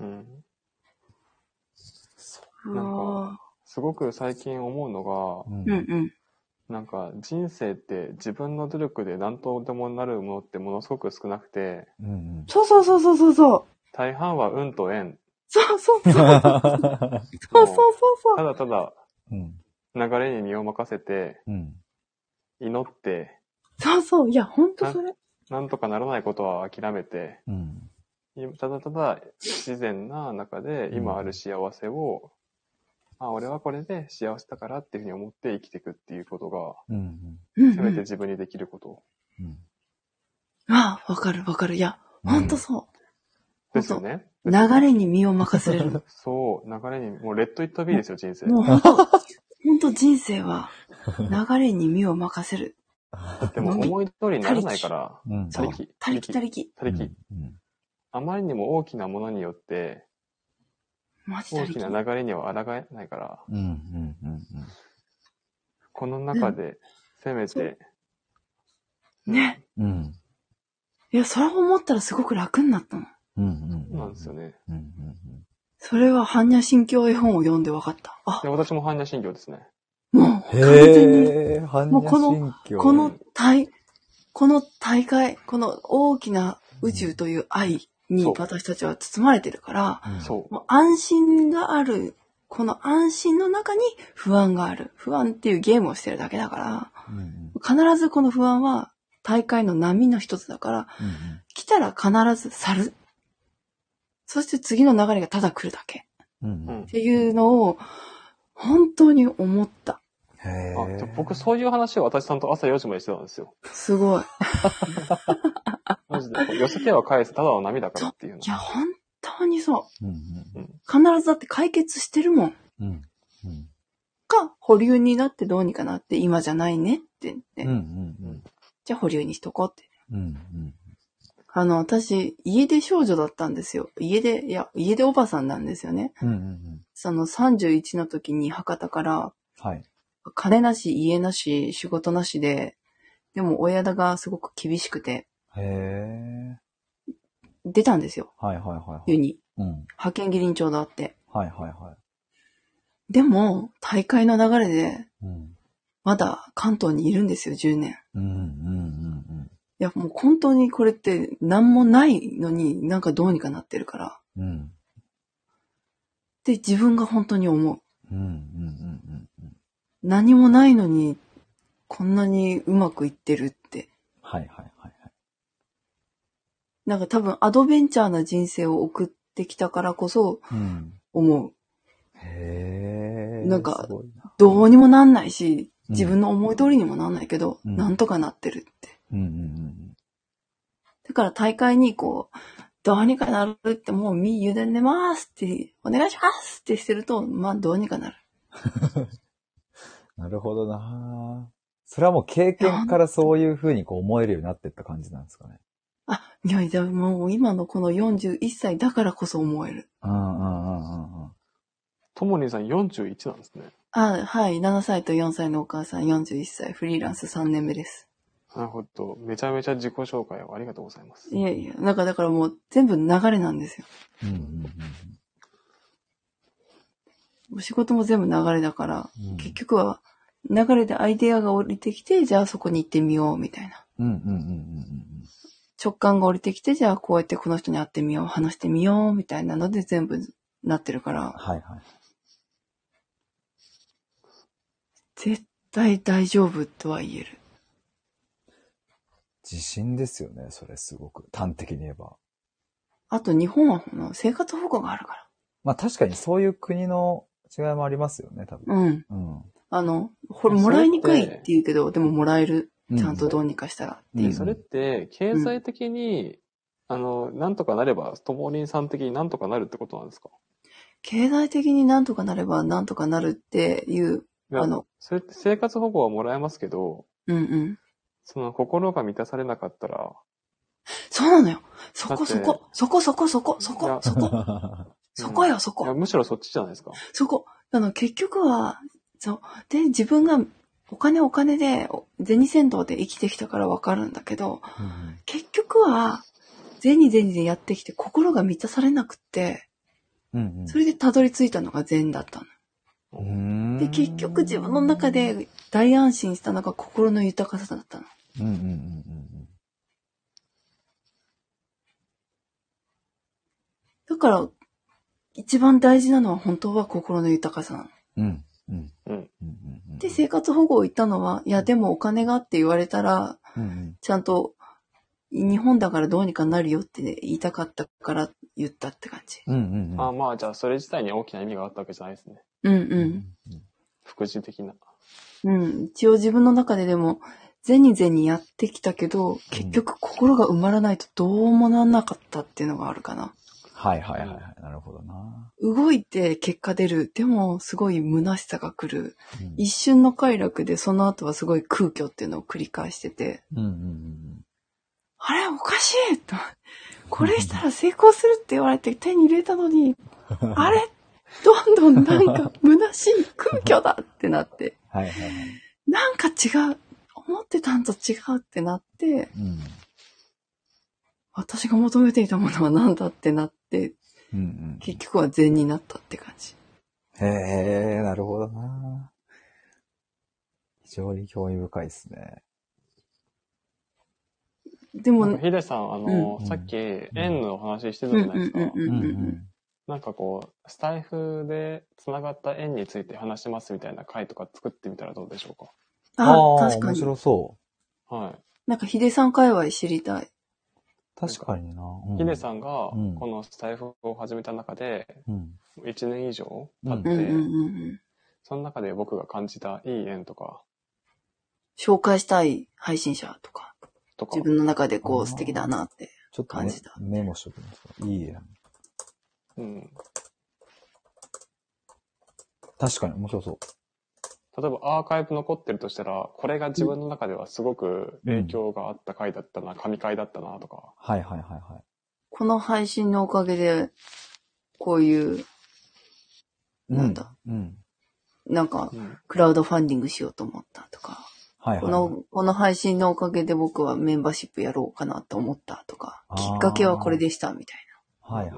なんか、すごく最近思うのが、なんか人生って自分の努力で何とでもなるものってものすごく少なくて、
そうそうそうそうそう。
大半は運と縁。
そうそうそう。そうそうそう。
ただただ、流れに身を任せて、祈って、
そうそう。いや、ほんとそれ。
なんとかならないことは諦めて、ただただ自然な中で今ある幸せを、俺はこれで幸せだからっていうふうに思って生きていくっていうことが、せめて自分にできること。
わかるわかる。いや、ほんとそう。
ですよね。
流れに身を任せれる。
そう、流れに、もうレッドイットビーですよ、人生。
もうほんと人生は、流れに身を任せる。
でも思い通りにならないから、
他力。
あまりにも大きなものによって、大きな流れには抗えないから、この中で、せめて、
ね。いや、それを思ったらすごく楽になったの。
そうなんですよね。
それは般若心経絵本を読んで分かった。
私も般若心経ですね。
もう、完全に。もうこの大会、この大きな宇宙という愛に私たちは包まれてるから、もう安心がある、この安心の中に不安がある。不安っていうゲームをしてるだけだから、必ずこの不安は大会の波の一つだから、来たら必ず去る。そして次の流れがただ来るだけ。っていうのを本当に思った。
僕そういう話を私さんと朝4時までしてたんですよ。
すごい。
マジで。寄せては返すただの波だからっていうの。
いや、本当にそう。必ずだって解決してるもん。か、保留になってどうにかなって今じゃないねって言って。じゃあ保留にしとこうって。私、家出少女だったんですよ。家出おばさんなんですよね。その31の時に博多から、金なし、家なし、仕事なしで、でも親がすごく厳しくて、出たんですよ。冬に。派遣義林ちょうどあって。でも、大会の流れで、まだ関東にいるんですよ、10年。いや、もう本当にこれって何もないのになんかどうにかなってるから。で、自分が本当に思う。何もないのにこんなにうまくいってるって。なんか多分アドベンチャーな人生を送ってきたからこそ思う。なんかどうにもなんないし、自分の思い通りにもなんないけど、なんとかなってるって。だから大会にどうにかなるってもう身委ねますって、お願いしますってしてると、まあどうにかなる。
なるほどな。それはもう経験からそういう風に思えるようになっていった感じなんですかね。
いや、じゃあもう今のこの41歳だからこそ思える。
ともりんさん41なんですね。
はい。7歳と4歳のお母さん、41歳、フリーランス3年目です。
なるほど。めちゃめちゃ自己紹介をありがとうございます。
いやいや、だからもう全部流れなんですよ。お仕事も全部流れだから、結局は流れでアイデアが降りてきて、じゃあそこに行ってみようみたいな。直感が降りてきて、じゃあこうやってこの人に会ってみよう、話してみようみたいなので全部なってるから。はいはい。絶対大丈夫とは言える。
自信ですよね、それすごく。端的に言えば。
あと日本は生活保護があるから。
まあ確かにそういう国の違いもありますよね、多分。
もらいにくいって言うけど、でももらえる。ちゃんとどうにかしたらっていう。
それって、経済的に、なんとかなれば、ともりんさん的になんとかなるってことなんですか？
経済的になんとかなればなんとかなるっていう、
それって生活保護はもらえますけど、その心が満たされなかったら。
そうなのよ。そこよ、そこ。
いや、むしろそっちじゃないですか。
そこ。結局は、で、自分がお金で、銭銭湯で生きてきたからわかるんだけど、結局は、銭でやってきて心が満たされなくって、それでたどり着いたのが禅だったの。で、結局自分の中で大安心したのが心の豊かさだったの。だから、一番大事なのは本当は心の豊かさなの。で、生活保護を言ったのは、いや、でもお金がって言われたら、ちゃんと、日本だからどうにかなるよって言いたかったから言ったって感じ。
まあ、じゃあ、それ自体に大きな意味があったわけじゃないですね。副次的な。
一応自分の中ででも、銭やってきたけど、結局心が埋まらないとどうもなんなかったっていうのがあるかな。
はい。なるほどな。
動いて結果出る。でも、すごい虚しさが来る。一瞬の快楽で、その後はすごい空虚っていうのを繰り返してて。あれ、おかしいと。これしたら成功するって言われて手に入れたのに、あれどんどんなんか虚しい空虚だってなって。なんか違う。思ってたんと違うってなって、私が求めていたものは何だってなって、結局は禅になったって感じ。
へえ、なるほどな。非常に興味深いですね。
でも、
ヒデさん、さっき縁の話してたじゃないですか。なんかこう、スタイフで繋がった縁について話しますみたいな回とか作ってみたらどうでしょうか。
確かに。
面白そう。
はい。
なんかヒデさん界隈知りたい。
確かにな。
ヒデさんがこのスタイフを始めた中で、1年以上経って、その中で僕が感じたいい縁とか。
紹介したい配信者とか。自分の中でこう素敵だなって感じた。
ちょっとメモしときますか。いい縁。確かに面白そう。
例えばアーカイブ残ってるとしたら、これが自分の中ではすごく影響があった回だったな、神回だったなとか。
この配信のおかげで、こういう、なんか、クラウドファンディングしようと思ったとか、この配信のおかげで僕はメンバーシップやろうかなと思ったとか、きっかけはこれでしたみたい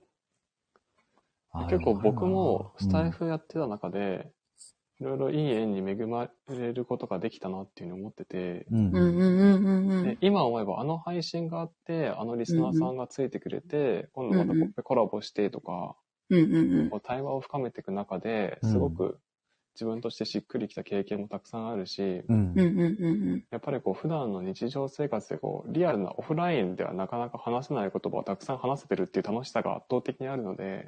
な。結構僕もスタイフやってた中で、いろいろいい縁に恵まれることができたなっていうふうに思ってて、今思えばあの配信があって、あのリスナーさんがついてくれて、今度またコラボしてとか、対話を深めていく中で、すごく自分としてしっくりきた経験もたくさんあるし、やっぱりこう普段の日常生活でこうリアルなオフラインではなかなか話せない言葉をたくさん話せてるっていう楽しさが圧倒的にあるので、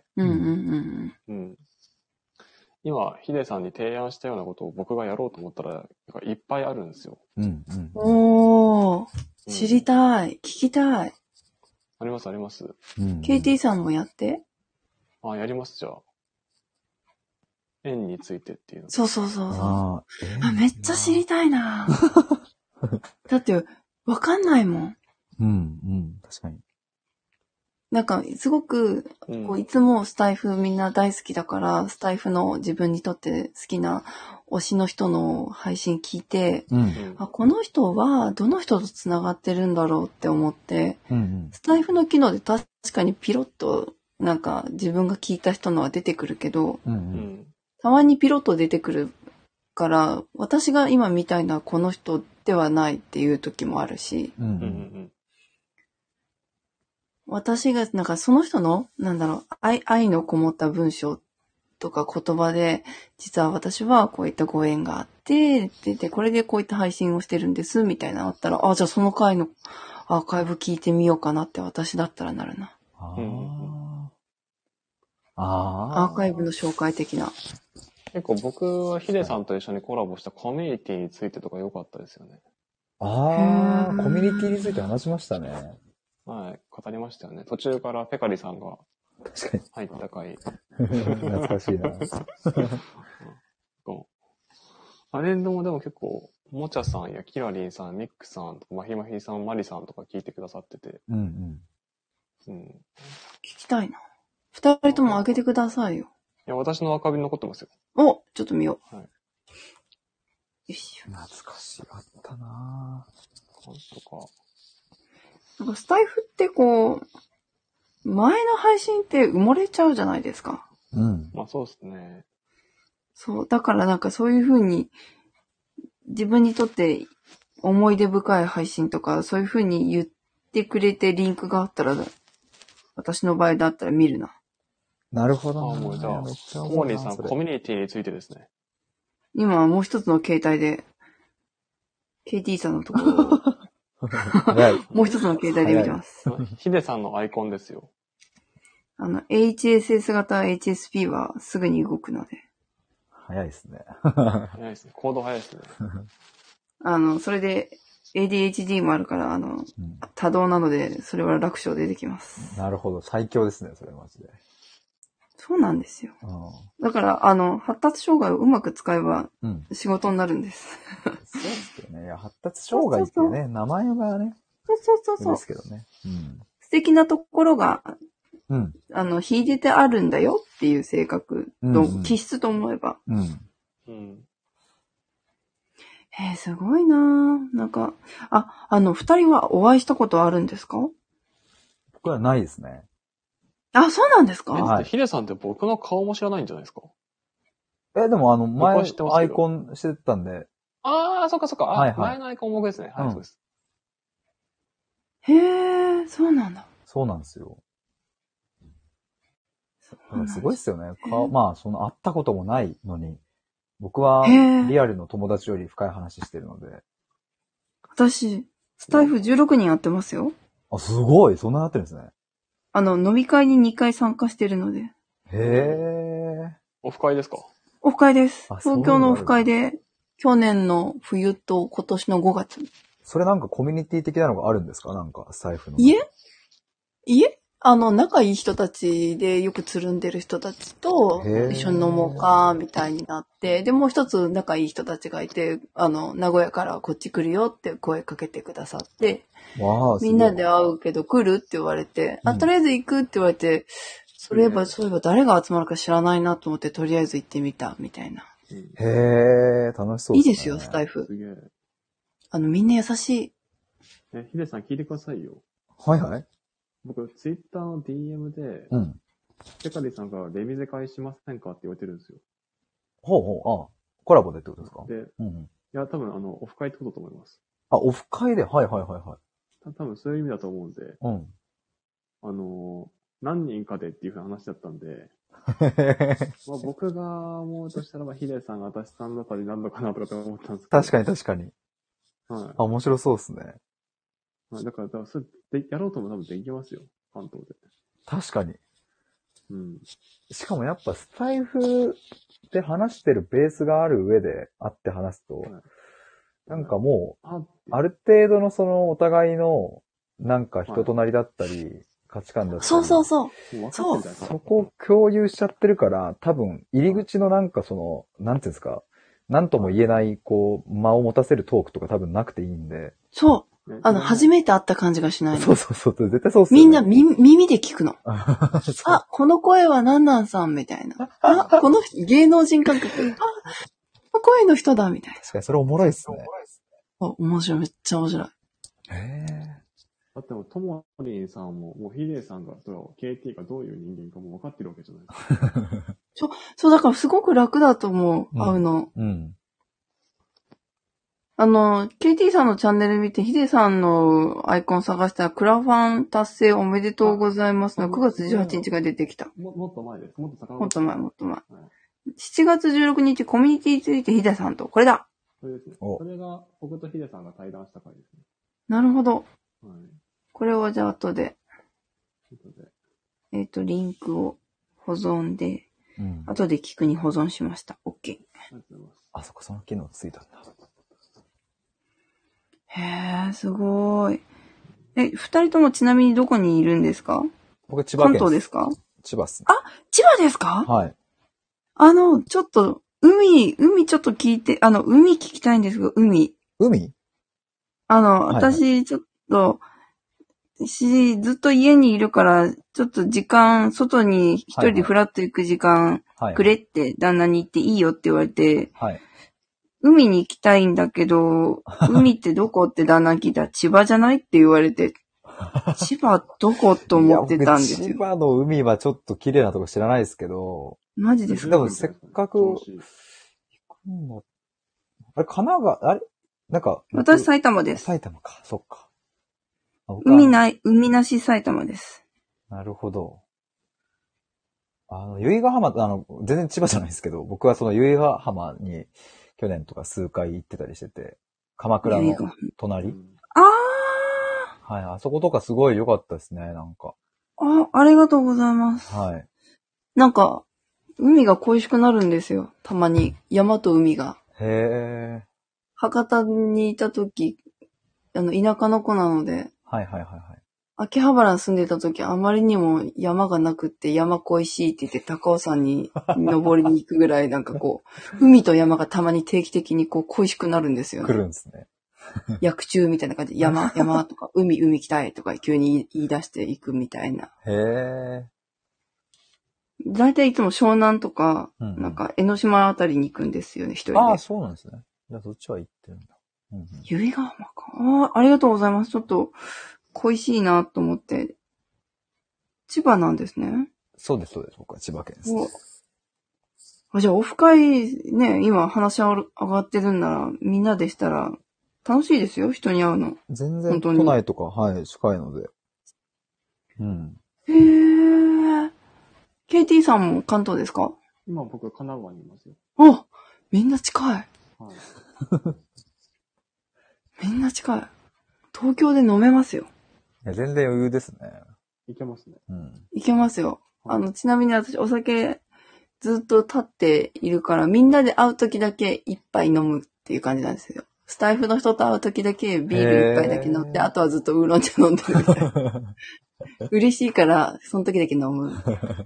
今、ヒデさんに提案したようなことを僕がやろうと思ったら、いっぱいあるんですよ。
おー、知りたい、聞きたい。
ありますあります。
KT さんもやって。
やりますじゃあ。縁についてっていうの。
そうめっちゃ知りたいなだって、わかんないもん。
確かに。
なんか、すごく、こういつもスタイフみんな大好きだから、スタイフの自分にとって好きな推しの人の配信聞いて、この人はどの人とつながってるんだろうって思って、スタイフの機能で確かにピロッと、なんか自分が聞いた人のは出てくるけど、たまにピロッと出てくるから、私が今みたいなこの人ではないっていう時もあるし、私が、なんかその人の、愛のこもった文章とか言葉で、実は私はこういったご縁があって、で、これでこういった配信をしてるんです、みたいなのあったら、じゃあその回のアーカイブ聞いてみようかなって私だったらなるな。アーカイブの紹介的な。
結構僕はヒデさんと一緒にコラボしたコミュニティについてとか良かったですよね。
コミュニティについて話しましたね。
はい、語りましたよね。途中からペカリさんが入った回。
懐かしいな。
あれでも結構、もちゃさんやキラリンさん、ミックさん、マヒマヒさん、マリさんとか聞いてくださってて。
聞きたいな。2人とも上げてくださいよ。
いや、私のアーカイブに残ってますよ。
ちょっと見よう。
はい。よ
いしょ。
懐かしい。あったなぁ。
なんとか。
なんかスタイフってこう、前の配信って埋もれちゃうじゃないですか。
まあそうですね。
そう。だからなんかそういう風に、自分にとって思い出深い配信とか、そういう風に言ってくれてリンクがあったら、私の場合だったら見るな。
なるほどな。
もうじゃあ、コモリさん、コミュニティについてですね。
今はもう一つの携帯で、KT さんのところを、もう一つの携帯で見てます。
ヒデさんのアイコンですよ。
HSS 型 HSP はすぐに動くので。
早いですね。
早いですね。コード早いですね。
それで ADHD もあるから、多動なので、それは楽勝でできます。
なるほど。最強ですね、それマジで。
そうなんですよ。だから、発達障害をうまく使えば、仕事になるんです。
そうですよね。いや、発達障害ってね、名前がね。
そう。
ですけどね。
素敵なところが、秀でてあるんだよっていう性格の気質と思えば。すごいなぁ。なんか、二人はお会いしたことあるんですか？
僕はないですね。
そうなんですか？
ヒデさんって僕の顔も知らないんじゃないですか？
でも前アイコンしてたんで。
そっか。前のアイコン僕ですね。はい、そうです。
へー、そうなんだ。
そうなんですよ。すごいっすよね。まあ、会ったこともないのに、僕はリアルの友達より深い話してるので。
私、スタイフ16人やってますよ。
すごい。そんなやってるんですね。
飲み会に2回参加してるので。
へー。
オフ会ですか？
オフ会です。東京のオフ会で、去年の冬と今年の5月。
それなんかコミュニティ的なのがあるんですか？なんか、スタイフの。
いえ仲いい人たちでよくつるんでる人たちと一緒に飲もうか、みたいになって、で、もう一つ仲いい人たちがいて、名古屋からこっち来るよって声かけてくださって、みんなで会うけど来るって言われて、とりあえず行くって言われて、そういえば誰が集まるか知らないなと思って、とりあえず行ってみた、みたいな。
へー、楽しそうですね。
いいですよ、スタイフ。みんな優しい。
ヒデさん聞いてくださいよ。
はいはい。
僕、ツイッターの DM で、ペカリさんからレミゼ会しませんかって言われてるんですよ。
コラボでってことですか？
で、いや、多分、オフ会ってことだと思います。
オフ会で、はい。
多分そういう意味だと思うんで、何人かでっていうふうな話だったんで、僕が思うとしたら、ヒデさんが私さんの中で何度かなとかって思ったんですけど。
確かに。
はい。
面白そうですね。
だから、それでやろうとも多分できますよ。関東で。
確かに。しかもやっぱスタイフで話してるベースがある上で会って話すと、なんかもう、ある程度のそのお互いの、なんか人となりだったり、価値観だったり。
そう。そ
こを共有しちゃってるから、多分、入り口のなんかなんていうんですか、なんとも言えない、間を持たせるトークとか多分なくていいんで。
そう。 初めて会った感じがしないの。
そうそうそう、絶対そうっすよね。
みんな耳で聞くの。あ、この声はなんなんさんみたいな。あ、この芸能人感覚。あ、声の人だみたいな。
確かにそれおもろいっすね。
面白い、めっちゃ面白い。
だってもう、ともりんさんもヒデさんが、KT がどういう人間かも分かってるわけじゃないですか。
そう、だからすごく楽だと思う、会うの。KT さんのチャンネル見て、ヒデさんのアイコン探したら、クラファン達成おめでとうございますの9月18日が出てきた。
もっと前です。も
っと前。7月16日、コミュニティについてヒデさんと、これだ。
それですね。それが、僕とヒデさんが対談した回ですね。
なるほど。これをじゃあ後で。リンクを保存で、後で聞くに保存しました。OK。
あ、そこその機能ついたんだ。
へー、すごい。二人ともちなみにどこにいるんですか？
僕、千葉県。
関東ですか？
千葉っすね。
あ、千葉ですか？
はい。
ちょっと、海ちょっと聞いて、海聞きたいんですけど、海？私、ちょっと、ずっと家にいるから、ちょっと時間、外に一人でフラッと行く時間くれって旦那に言っていいよって言われて、海に行きたいんだけど、海ってどこって旦那に聞いたら千葉じゃないって言われて、千葉どこと思ってたんですよ。
千葉の海はちょっと綺麗なとこ知らないですけど。
マジですか？
でもせっかく、行くの、あれ、神奈川、あれなんか。
私埼玉です。
埼玉か、そっか。
海なし埼玉です。
なるほど。由比ヶ浜、全然千葉じゃないですけど、僕はその由比ヶ浜に去年とか数回行ってたりしてて、鎌倉の隣。はい、あそことかすごい良かったですね、なんか。
ありがとうございます。
はい。
なんか、海が恋しくなるんですよ、たまに。山と海が。
へー。
博多にいた時、田舎の子なので、秋葉原住んでた時、あまりにも山がなくって山恋しいって言って高尾山に登りに行くぐらいなんかこう、海と山がたまに定期的にこう恋しくなるんですよね。
来るんですね。
薬中みたいな感じで、山とか、海行きたいとか急に言い出していくみたいな。
へ
ー。だいたいいつも湘南とか、なんか江ノ島あたりに行くんですよね、一人で。
ああ、そうなんですね。じゃあそっちは行ってるんだ。
由比ヶ浜か。ありがとうございます。ちょっと、恋しいなと思って。千葉なんですね。
そうです。僕は千葉県です。
じゃあ、オフ会ね、今話上がってるんなら、みんなでしたら、楽しいですよ、人に会うの。
全然、都内とか、近いので。
へー。KT さんも関東ですか？
今僕、神奈川にいますよ。
みんな近い。みんな近い。東京で飲めますよ。
全然余裕ですね。
いけますね。
いけますよ。ちなみに私お酒ずっと立っているから、みんなで会う時だけ一杯飲むっていう感じなんですよ。スタイフの人と会う時だけビール一杯だけ飲って、あとはずっとウーロン茶飲んでるみたいな。嬉しいから、その時だけ飲む。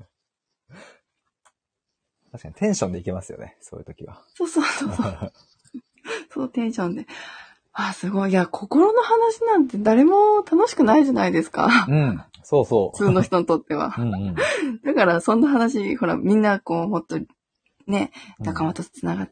確かにテンションでいけますよね、そういう時は。
そう。そう、テンションで。すごい。いや、心の話なんて誰も楽しくないじゃないですか。
そう。
普通の人にとっては。だから、そんな話、ほら、みんな、こう、もっと、ね、仲間と繋がって、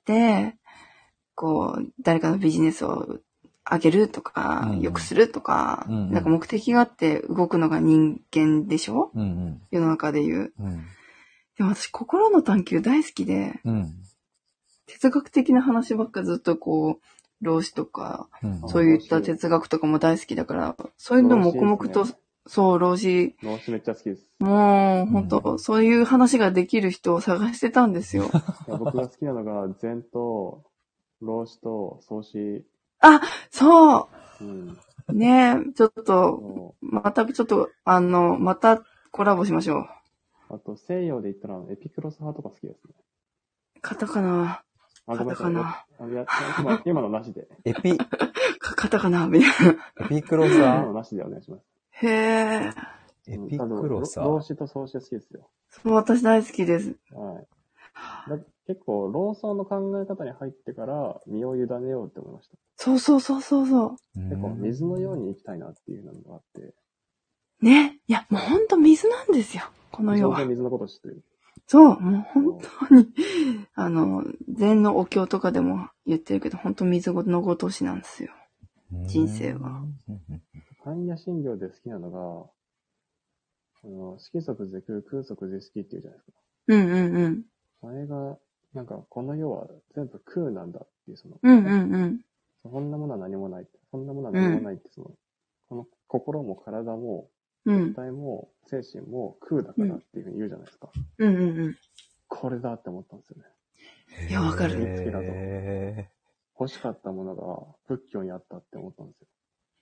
こう、誰かのビジネスを上げるとか、良くするとか、なんか目的があって動くのが人間でしょ？世の中で言う。でも私、心の探求大好きで、哲学的な話ばっかずっとこう、老子とか、そういった哲学とかも大好きだから、そういうのも黙々と、そう、老子。
老子めっちゃ好きです。
もう、本当そういう話ができる人を探してたんですよ。
僕が好きなのが、禅と、老子と創子。
そう、ねえ、ちょっと、またコラボしましょう。
あと、西洋で言ったら、エピクロス派とか好きですね。
カタカナ。
ごめんなさい。今のなしで。
カタカナみたいな。
エピクロサー。
今のなしでお願いします。
へえ。
エピクロサー。
老子と創子好きですよ。
そう、私大好きです。
結構、論争の考え方に入ってから身を委ねようって思いました。
そうそうそうそうそう。
結構、水のように生きたいなっていうのがあって。
ね。いや、もうほんと水なんですよ。この世は。
全然水のこと知ってる。
そう、もう本当に、禅のお経とかでも言ってるけど、本当水のごとしなんですよ。人生は。
般若心経で好きなのが、色即是空、空即是色っていうじゃないですか。
うんうんうん。
あれが、なんか、この世は全部空なんだっていう、
うんうんうん。
そんなものは何もない。そんなものは何もないって、この心も体も、肉体も精神も空だからっていうふうに言うじゃないですか。
うんうんうん。
これだって思ったんですよね。
いや、わかる。
見つけたと。欲しかったものが仏教にあったって思ったんですよ。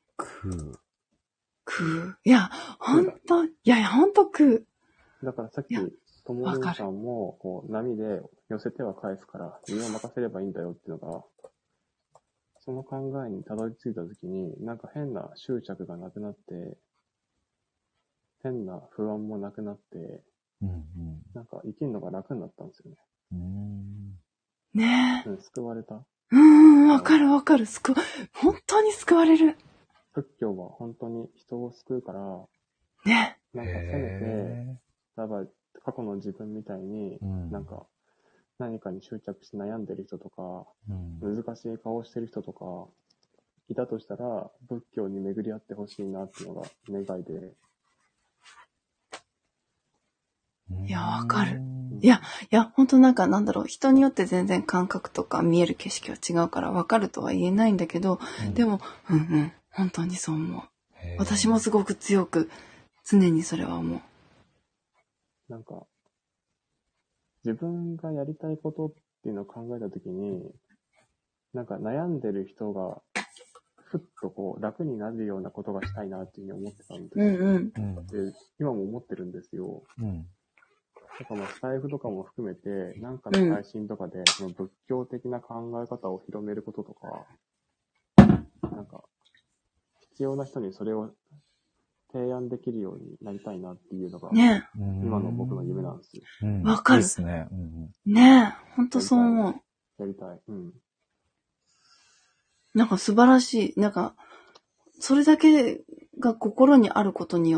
空。いや、ほんと、いやいや、ほんと空。
だからさっき、ともりんさんも、こう、波で寄せては返すから、身を任せればいいんだよっていうのが、その考えにたどり着いたときに、なんか変な執着がなくなって、変な不安もなくなって、なんか生きるのが楽になったんですよね。
ね
え。救われた。
わかるわかる。本当に救われる。
仏教は本当に人を救うから、
ね。
なんかせめて、例えば過去の自分みたいに、なんか何かに執着して悩んでる人とか、難しい顔してる人とか、いたとしたら、仏教に巡り合ってほしいなっていうのが願いで。
いや、わかる。いや、本当なんかなんだろう、人によって全然感覚とか見える景色は違うからわかるとは言えないんだけど、でも、本当にそう思う。私もすごく強く、常にそれは思う。
なんか、自分がやりたいことっていうのを考えたときに、なんか悩んでる人が、ふっとこう楽になるようなことがしたいなっていうふうに思ってたんですよ。で、今も思ってるんですよ。だからスタイフとかも含めて、なんかの配信とかで、その仏教的な考え方を広めることとか、なんか、必要な人にそれを提案できるようになりたいなっていうのが、今の僕の夢なんですよ。
わかる。ですね。ねえ、ほんとそう思う。
やりたい。
なんか素晴らしい。なんか、それだけが心にあることによって、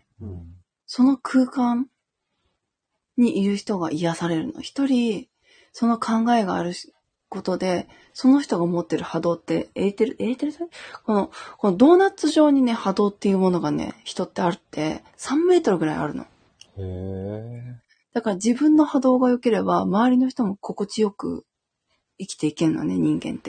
その空間にいる人が癒されるの。一人、その考えがあることで、その人が持ってる波動って、エーテルこのドーナツ状にね、波動っていうものがね、人ってあって、3メートルぐらいあるの。だから自分の波動が良ければ、周りの人も心地よく生きていけんのね、人間って。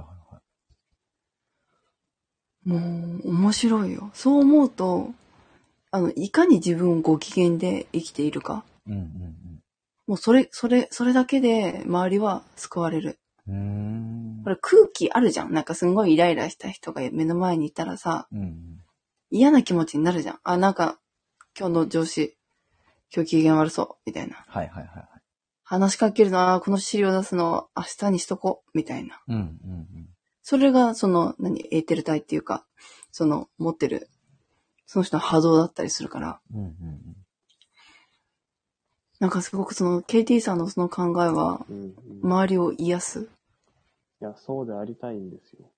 もう、面白いよ。そう思うと、いかに自分をご機嫌で生きているか。もうそれだけで周りは救われる。これ空気あるじゃん。なんかすんごいイライラした人が目の前にいたらさ、嫌な気持ちになるじゃん。あ、なんか今日の上司、今日機嫌悪そう、みたいな。話しかけるのは、この資料出すの明日にしとこう、みたいな。それがエーテル体っていうか、持ってる、その人の波動だったりするから。なんかすごくKT さんのその考えは、周りを癒す。い
や、そうでありたいんですよ。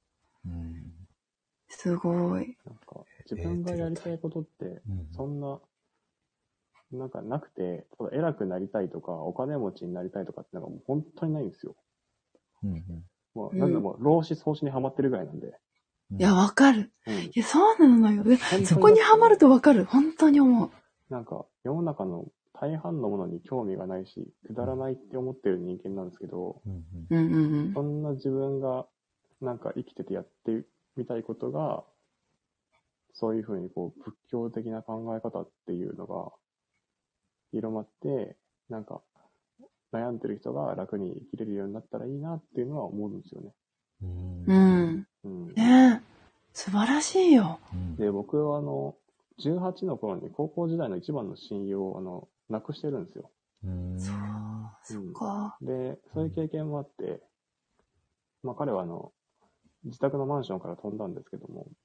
すごい。
なんか、自分がやりたいことって、そんな、なんかなくて、ただ偉くなりたいとか、お金持ちになりたいとかってなんかもう本当にないんですよ。もう、なんだもう、老子創始にハマってるぐらいなんで。
いや、わかる。いや、そうなのよ。そこにハマるとわかる。本当に思う。
なんか、世の中の大半のものに興味がないし、くだらないって思ってる人間なんですけど、そんな自分がなんか生きててやってみたいことが、そういうふうにこう仏教的な考え方っていうのが広まって、なんか悩んでる人が楽に生きれるようになったらいいなっていうのは思うんですよね。
ねえ、素晴らしいよ。
で、僕は18の頃に高校時代の一番の親友を亡くしてるんですよ。
そっか。
で、そういう経験もあって、まあ彼は自宅のマンションから飛んだんですけども、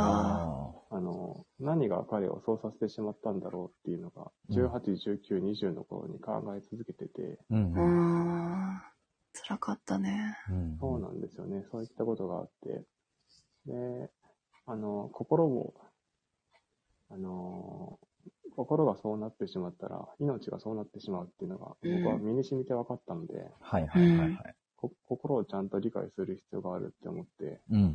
何が彼をそうさせてしまったんだろうっていうのが、18、19、20の頃に考え続けてて、
辛かったね。
そうなんですよね。そういったことがあって、で、心がそうなってしまったら、命がそうなってしまうっていうのが、僕は身に染みて分かったので、心をちゃんと理解する必要があるって思って、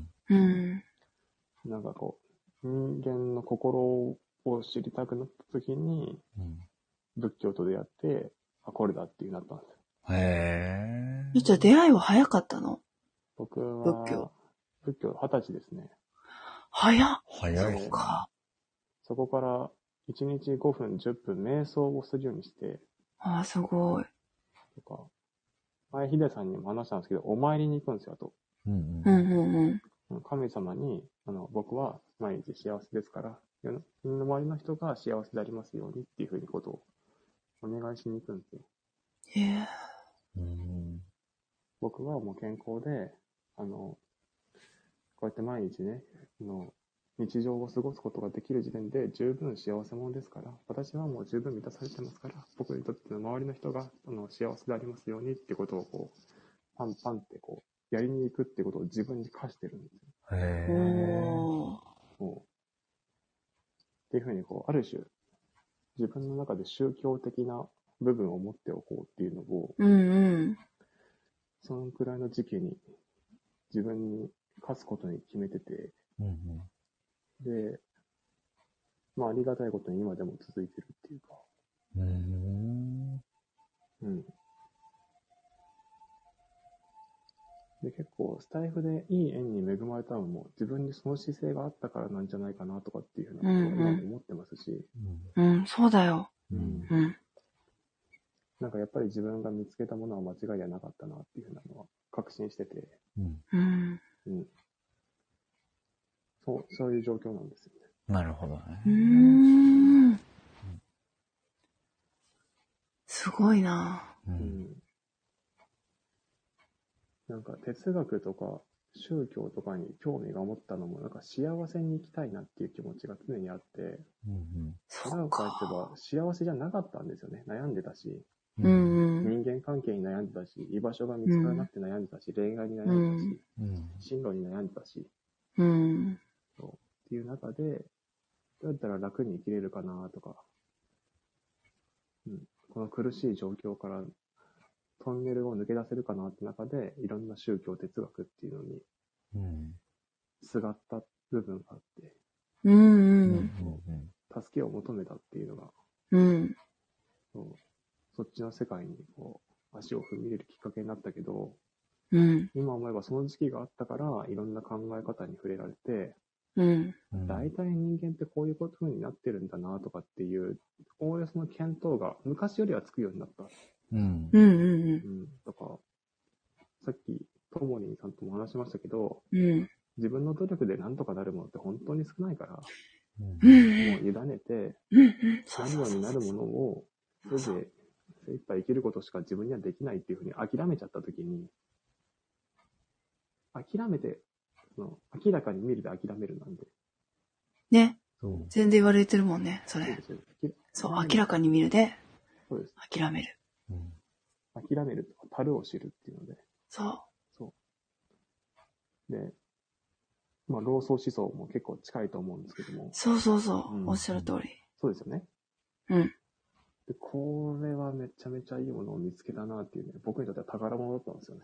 なんかこう、人間の心を知りたくなった時に、仏教と出会って、これだっていうなったんですよ。
へー。じゃあ出会いは早かったの？
僕は、仏教20歳ですね。
早い
か。そこから、1日5分、10分、瞑想をするようにして。
すごい。
とか、前、ヒデさんにも話したんですけど、お参りに行くんですよ、と。神様に、僕は毎日幸せですから、みんな周りの人が幸せでありますようにっていうふうにことをお願いしに行くんですよ。僕はもう健康で、こうやって毎日ね、日常を過ごすことができる時点で十分幸せ者ですから、私はもう十分満たされてますから、僕にとっての周りの人が幸せでありますようにってことをこう、パンパンってこう、やりに行くってことを自分に課してるんですよ。っていうふうにこう、ある種、自分の中で宗教的な部分を持っておこうっていうのを、そのくらいの時期に自分に課すことに決めてて、で、ありがたいことに今でも続いてるっていうか。で、結構、スタイフでいい縁に恵まれたのも、自分にその姿勢があったからなんじゃないかなとかっていうふうなことを今も思ってますし。
そうだよ。
なんかやっぱり自分が見つけたものは間違いじゃなかったなっていうふうなのは確信してて。そういう状況なんですよね。
なるほどね。
すごいな。
なんか哲学とか宗教とかに興味が持ったのも、なんか幸せに生きたいなっていう気持ちが常にあって、裏を返せば幸せじゃなかったんですよね。悩んでたし、人間関係に悩んでたし、居場所が見つからなくて悩んでたし、恋愛に悩んでたし、進路に悩んでたし、そうっていう中で、どうやったら楽に生きれるかなとか、この苦しい状況からトンネルを抜け出せるかなって中で、いろんな宗教、哲学っていうのに、すがった部分があって、助けを求めたっていうのが、そっちの世界にこう足を踏み入れるきっかけになったけど、今思えばその時期があったから、いろんな考え方に触れられて、大体人間ってこういうことになってるんだなとかっていう、おおよその見当が昔よりはつくようになった。とか、さっきともりんさんとも話しましたけど、自分の努力で何とかなるものって本当に少ないから、もう委ねて、なるようになるものを、それで精一杯生きることしか自分にはできないっていうふうに諦めちゃったときに、諦めて、明らかに見るで諦めるなんで。
ね。全然言われてるもんね、それ。そう、明らかに見るで、諦める。
諦めるとか、樽を知るっていうので。
そう。
で、老荘思想も結構近いと思うんですけども。
そう。おっしゃる通り。
そうですよね。で、これはめちゃめちゃいいものを見つけたなっていうね、僕にとっては宝物だったんですよね。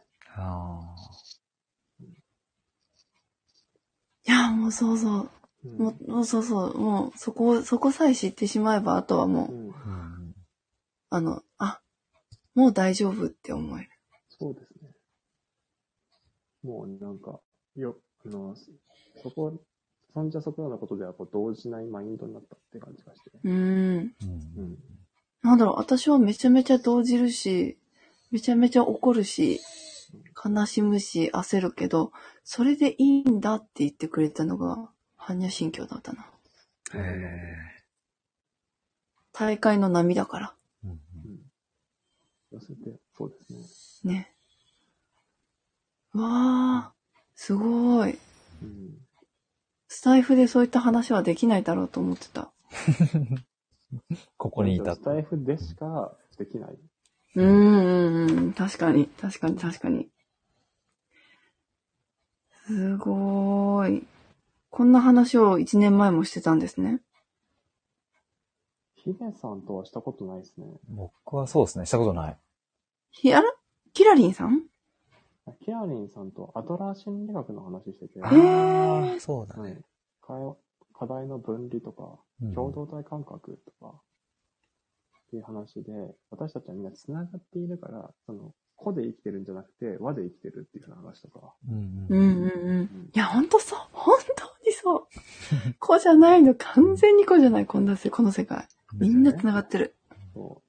いや、もうそう。もうそう。もうそこさえ知ってしまえば、あとはもう、もう大丈夫って思える。
そうですね。もうなんか、そんじゃそこらのことではこう動じないマインドになったって感じがして。
なんだろう、私はめちゃめちゃ動じるし、めちゃめちゃ怒るし、悲しむし、焦るけど、それでいいんだって言ってくれたのが、般若心経だったな。大海の波だから。
そうですね。
ね。わー。 すごい。
うん、
スタイフでそういった話はできないだろうと思ってた。
ここにいた。
スタイフでしかできない。
確かに。すごーい。こんな話を1年前もしてたんですね。
ヒデさんとはしたことないですね。
僕はそうですね、したことない。
キラリンさん？
キラリンさんとアドラー心理学の話してて。
そうだね。
課題の分離とか、共同体感覚とか、っていう話で、私たちはみんな繋がっているから、個で生きてるんじゃなくて、和で生きてるっていう話とか。
いや、ほんとそう。本当にそう。個じゃないの。完全に個じゃない。この世界。みんな繋がってる。
そう。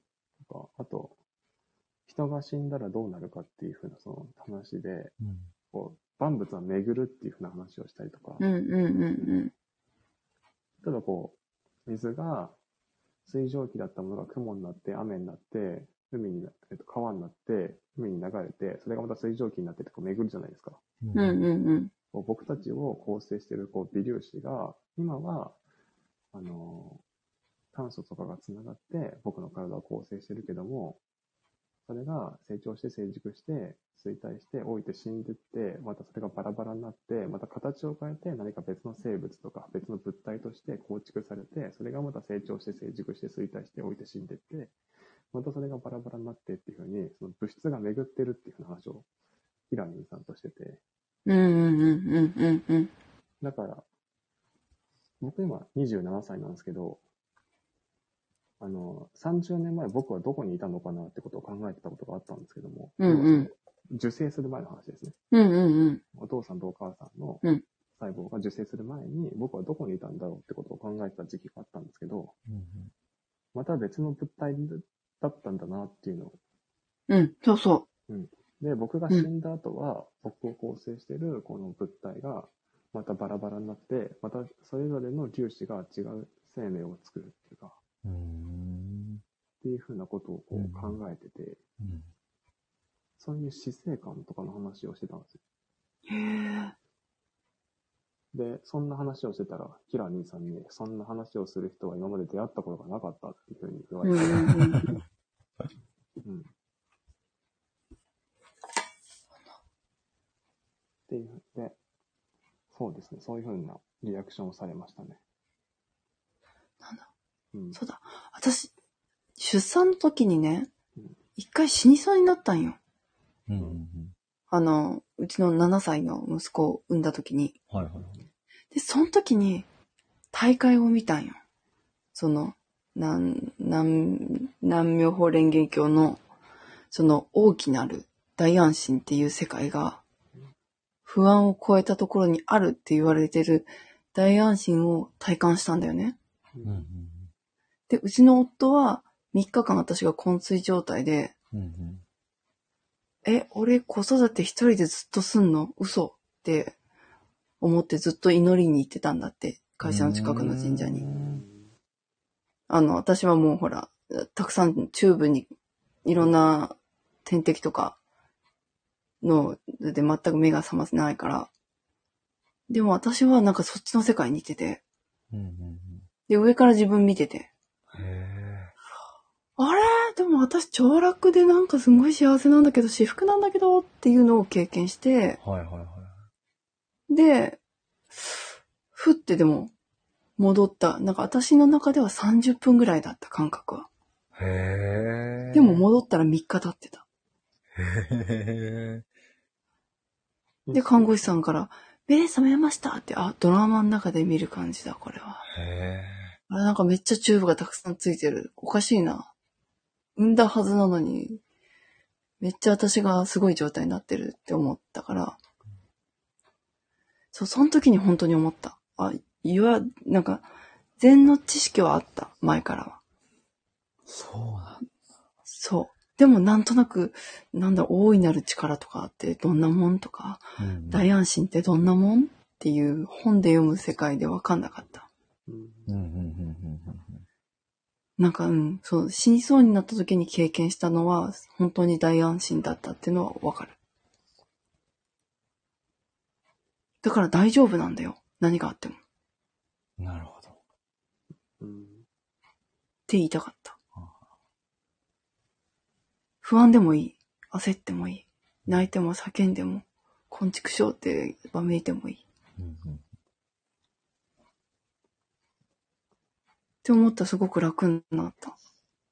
あと、人が死んだらどうなるかっていうふうなその話で、万物は巡るっていうふうな話をしたりとか。例えば水が水蒸気だったものが雲になって雨になって川になって海に流れて、それがまた水蒸気になって巡るじゃないですか。僕たちを構成している微粒子が今は炭素とかがつながって僕の体を構成しているけども、それが成長して成熟して衰退して老いて死んでって、またそれがバラバラになって、また形を変えて何か別の生物とか別の物体として構築されて、それがまた成長して成熟して衰退して老いて死んでって、またそれがバラバラになってっていうふうに、その物質が巡ってるっていう話をヒラミンさんとしてて。だから、僕今27歳なんですけど、30年前僕はどこにいたのかなってことを考えてたことがあったんですけども、受精する前の話ですね。お父さんとお母さんの細胞が受精する前に僕はどこにいたんだろうってことを考えてた時期があったんですけど、また別の物体だったんだなっていうのを。
そうそう。
で、僕が死んだ後は、僕を構成しているこの物体がまたバラバラになって、またそれぞれの粒子が違う生命を作るっていうか、っていうふうなことを考えてて、そういう死生観とかの話をしてたんですよ。で、そんな話をしてたら、キラー兄さんに、そんな話をする人は今まで出会ったことがなかったっていうふうに言われて、っていうで、そうですね、そういうふうなリアクションをされましたね。
そうだ。私、出産の時にね、一回死にそうになったんよ。うちの7歳の息子を産んだ時に。で、その時に大会を見たんよ。その、南無妙法蓮華経の、その大きなる大安心っていう世界が、不安を超えたところにあるって言われてる大安心を体感したんだよね。で、うちの夫は3日間私が昏睡状態で、俺子育て一人でずっとすんの？嘘って思ってずっと祈りに行ってたんだって、会社の近くの神社に。私はもうほら、たくさんチューブにいろんな点滴とかので全く目が覚ませないから。でも私はなんかそっちの世界にいてて。で、上から自分見てて。あれ？でも私超楽でなんかすごい幸せなんだけど、至福なんだけどっていうのを経験して。で、ふってでも戻った。なんか私の中では30分ぐらいだった感覚は。でも戻ったら3日経ってた。で、看護師さんから、目覚めましたって、ドラマの中で見る感じだ、これは。なんかめっちゃチューブがたくさんついてる。おかしいな。産んだはずなのに、めっちゃ私がすごい状態になってるって思ったから。そう、その時に本当に思った。なんか、禅の知識はあった、前からは。
そうなんだ。
そう。でもなんとなく、大いなる力とかってどんなもんとか、大安心ってどんなもんっていう本で読む世界で分かんなかった。なんか、そう、死にそうになった時に経験したのは、本当に大安心だったっていうのは分かる。 だから大丈夫なんだよ。何があっても。
なるほど。
って言いたかった。不安でもいい。焦ってもいい。泣いても叫んでも、こんちくしょうってわめいてもいい。って思ったらすごく楽になった。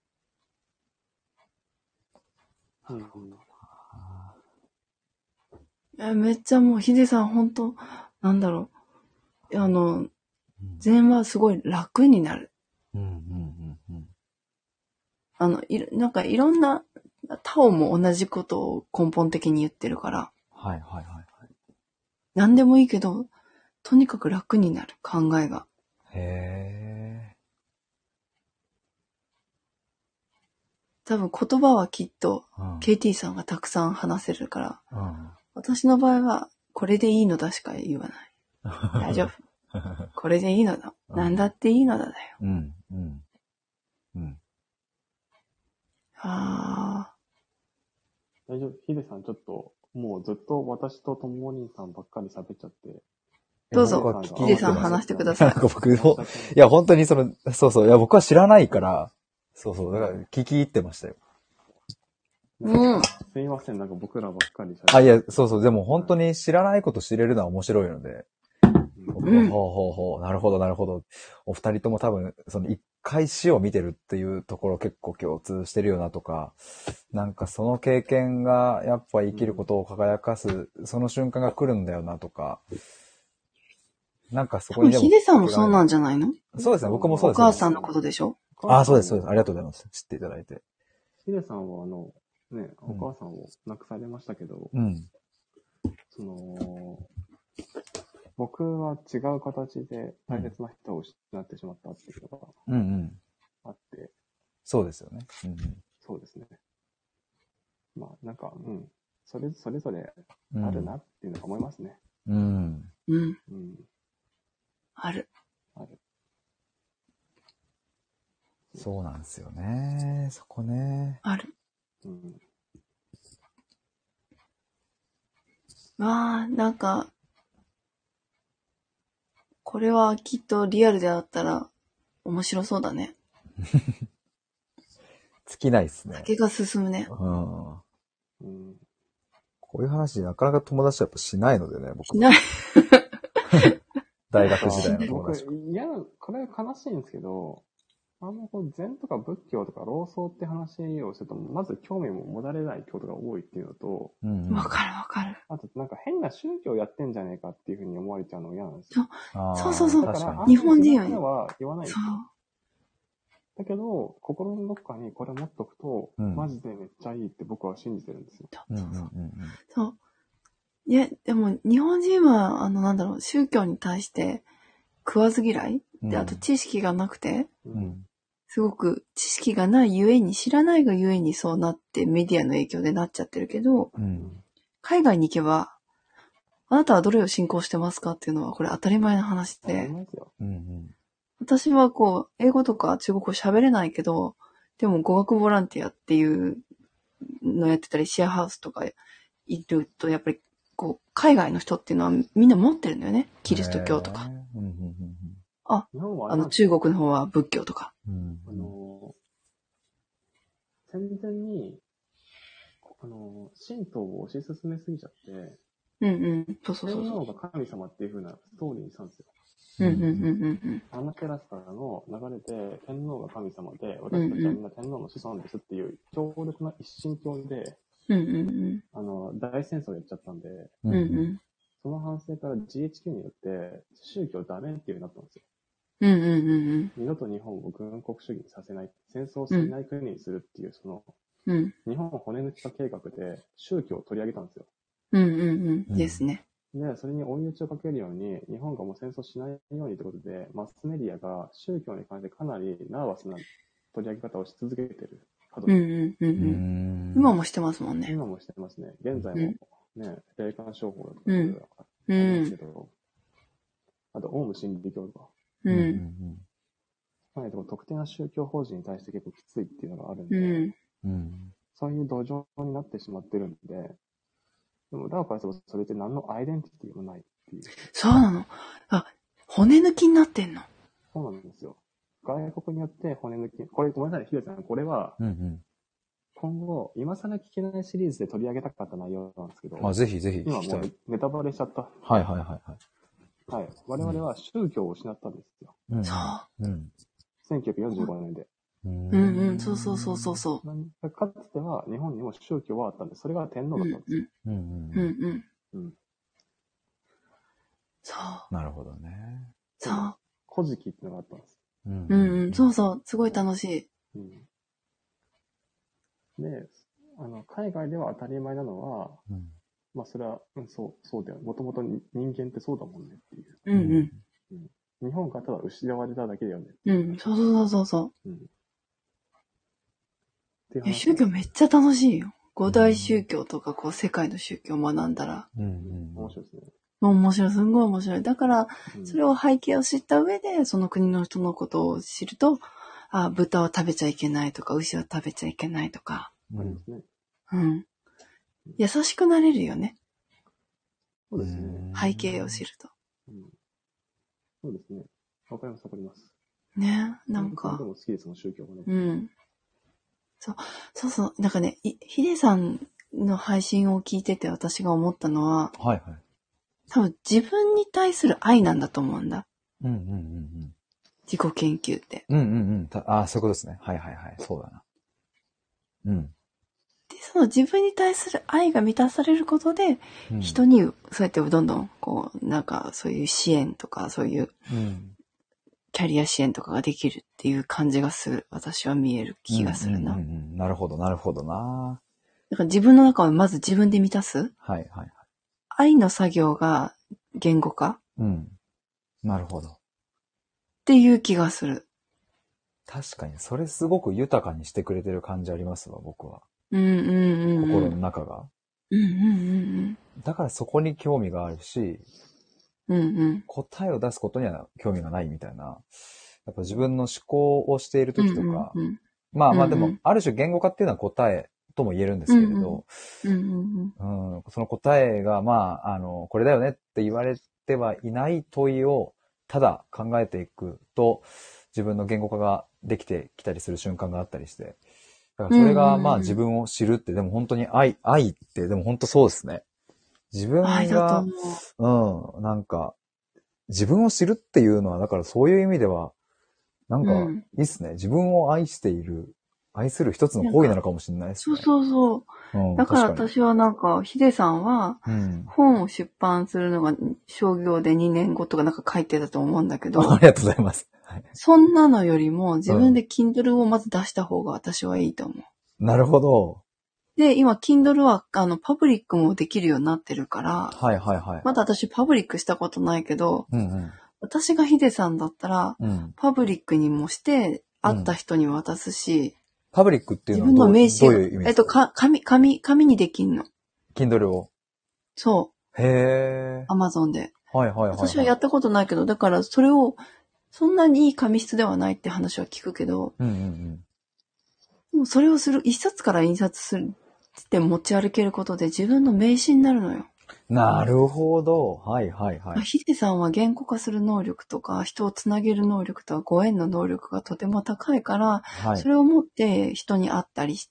めっちゃもうヒデさん本当なんだろう。禅はすごい楽になる。なんかいろんな、タオも同じことを根本的に言ってるから。
はいはいはい、はい。
何でもいいけど、とにかく楽になる考えが。
へー。
多分言葉はきっと、KT さんがたくさん話せるから、私の場合は、これでいいのだしか言わない。大丈夫。これでいいのだ。なんだっていいのだだよ。
大丈夫。ヒデさんちょっと、もうずっと私とともにさんばっかり喋っちゃって。
どうぞ、ヒデさん話してください。
なんか僕も、いや本当にそうそう、いや僕は知らないから、そう、だから聞き入ってましたよ。
すいません、なんか僕らばっかり
喋って。いや、そう、でも本当に知らないこと知れるのは面白いので。ほう、なるほど。お二人とも多分、その一回死を見てるっていうところ結構共通してるよなとか、なんかその経験がやっぱ生きることを輝かす、その瞬間が来るんだよなとか、なんかそこにでも。
ヒデさんもそうなんじゃないの？
そうですね、僕もそうです。
お母さんのことでしょ？
そうです。ありがとうございます。知っていただいて。
ヒデさんはお母さんを亡くされましたけど、僕は違う形で大切な人を失ってしまったっていうのがあって、
そうですよね。
そうですね。まあなんか、それぞれあるなっていうのは思いますね。
ある。
そうなんですよね。そこね。
ある。なんか、これはきっとリアルであったら面白そうだね。
尽きないっすね。
酒が進むね。
こういう話なかなか友達とやっぱしないのでね、僕。
しない。
大学時代の友達。
これ悲しいんですけど、禅とか仏教とか老僧って話をすると、まず興味も持たれないことが多いっていうのと、
わかる。
あと、なんか変な宗教やってんじゃねえかっていうふうに思われちゃうのが嫌なんですよ。
そう。だから、日本人
は言わないですよ。だけど、心のどこかにこれ持っとくと、マジでめっちゃいいって僕は信じてるんですよ。
そう。いや、でも日本人は、宗教に対して食わず嫌いで、あと知識がなくて、すごく知識がないゆえに、知らないがゆえにそうなってメディアの影響でなっちゃってるけど、海外に行けば、あなたはどれを信仰してますかっていうのはこれ当たり前の話で、私は英語とか中国語喋れないけど、でも語学ボランティアっていうのやってたり、シェアハウスとかいると、やっぱり海外の人っていうのはみんな持ってるんだよね。キリスト教とか。中国の方は仏教とか。
戦前に、神道を推し進めすぎちゃって、
そう。
天皇が神様っていう風なストーリーにしたんですよ。アマテラスからの流れで、天皇が神様で、私たちはみんな天皇の子孫ですっていう強力な一神教で、大戦争やっちゃったんで、その反省から GHQ によって宗教ダメっていう風になったんですよ。二度と日本を軍国主義にさせない、戦争しない国にするっていう、日本骨抜き化計画で宗教を取り上げたんですよ。
ですね。
で、それに追い打ちをかけるように、日本がもう戦争しないようにということで、マスメディアが宗教に関してかなりナーバスな取り上げ方をし続けてる。
今もしてますもんね。
今もしてますね。現在もね、霊感商法とかありますけど、あと、オウム真理教とか。でも特定な宗教法人に対して結構きついっていうのがあるんで、そういう土壌になってしまってるんで、でもだからそれって何のアイデンティティもないってっていう。
そうなの。あ、骨抜きになってんの。
そうなんですよ。外国によって骨抜き。これ、ごめんなさい、ヒデさん。これは、今後、今更聞けないシリーズで取り上げたかった内容なんですけど。
ぜひぜひ。
今もうネタバレしちゃった。
はいはいはいはい。
はい。我々は宗教を失ったんですよ。
そう。
1945年で。
そうそうそうそうそう。
かつては日本にも宗教はあったんです。それが天皇だったんですよ。
そう。
なるほどね。
そう。
古事記っていうのがあったんです。
そうそう。すごい楽しい。
で、海外では当たり前なのは、まあそれは、そうだよ。もともと人間ってそうだもんねっていう。日本がただ失われただけだよね。
そう。宗教めっちゃ楽しいよ。五大宗教とか世界の宗教を学んだら。
面白いですね。
面白い、すんごい面白い。だから、それを背景を知った上で、その国の人のことを知ると、豚は食べちゃいけないとか、牛は食べちゃいけないとか。優しくなれるよね。
そうですね。
背景を知ると。
そうですね。わかります。
ね、なんか。
でも好きです、その宗教がね。
そう。なんかね、ヒデさんの配信を聞いてて私が思ったのは、多分自分に対する愛なんだと思うんだ。自己研究って。
そういうことですね。はい。そうだな。で、
その自分に対する愛が満たされることで、人にそうやってどんどん、なんかそういう支援とか、そういう、キャリア支援とかができるっていう感じがする。私は見える気がするな。
なるほどな。だ
から自分の中をまず自分で満たす。愛の作業が言語化。
なるほど。
っていう気がする。
確かに、それすごく豊かにしてくれてる感じありますわ、僕は。心の中が。だからそこに興味があるし、答えを出すことには興味がないみたいな。やっぱ自分の思考をしている時とか、まあでも、ある種言語化っていうのは答えとも言えるんですけれど、その答えが、これだよねって言われてはいない問いをただ考えていくと、自分の言語化ができてきたりする瞬間があったりして、だからそれが自分を知るって、でも本当に愛ってでも本当そうですね。自分が、なんか、自分を知るっていうのは、だからそういう意味では、なんか、いいっすね。自分を愛する一つの行為なのかもしれないですね。
そう。だから私はなんか、ヒデさんは、本を出版するのが商業で2年後とかなんか書いてたと思うんだけど。
ありがとうございます。
そんなのよりも、自分で Kindle をまず出した方が私はいいと思う。
なるほど。
で、今、Kindle は、パブリックもできるようになってるから、まだ私パブリックしたことないけど、私がヒデさんだったら、パブリックにもして、会った人に渡すし、
パブリックっていうのはどういう意味ですか？
紙にできんの。
Kindle を。
そう。
へー。
Amazon で。私はやったことないけど、だからそれを、そんなにいい紙質ではないって話は聞くけど、もうそれを一冊から印刷するって持ち歩けることで自分の名刺になるのよ。
なるほど。
ヒデさんは言語化する能力とか、人をつなげる能力とか、ご縁の能力がとても高いから、それを持って人に会ったりして、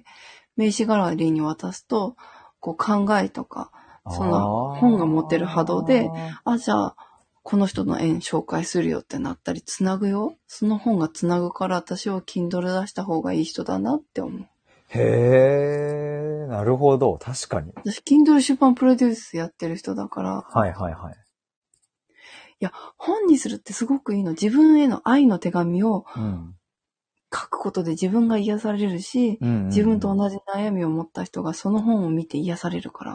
名刺代わりに渡すと、考えとか、その本が持ってる波動で、じゃあ、この人の縁紹介するよってなったり、つなぐよ。その本がつなぐから私は Kindle 出した方がいい人だなって思う。
へー、なるほど。確かに。
私、Kindle 出版プロデュースやってる人だから。いや、本にするってすごくいいの。自分への愛の手紙を書くことで自分が癒されるし、自分と同じ悩みを持った人がその本を見て癒されるから。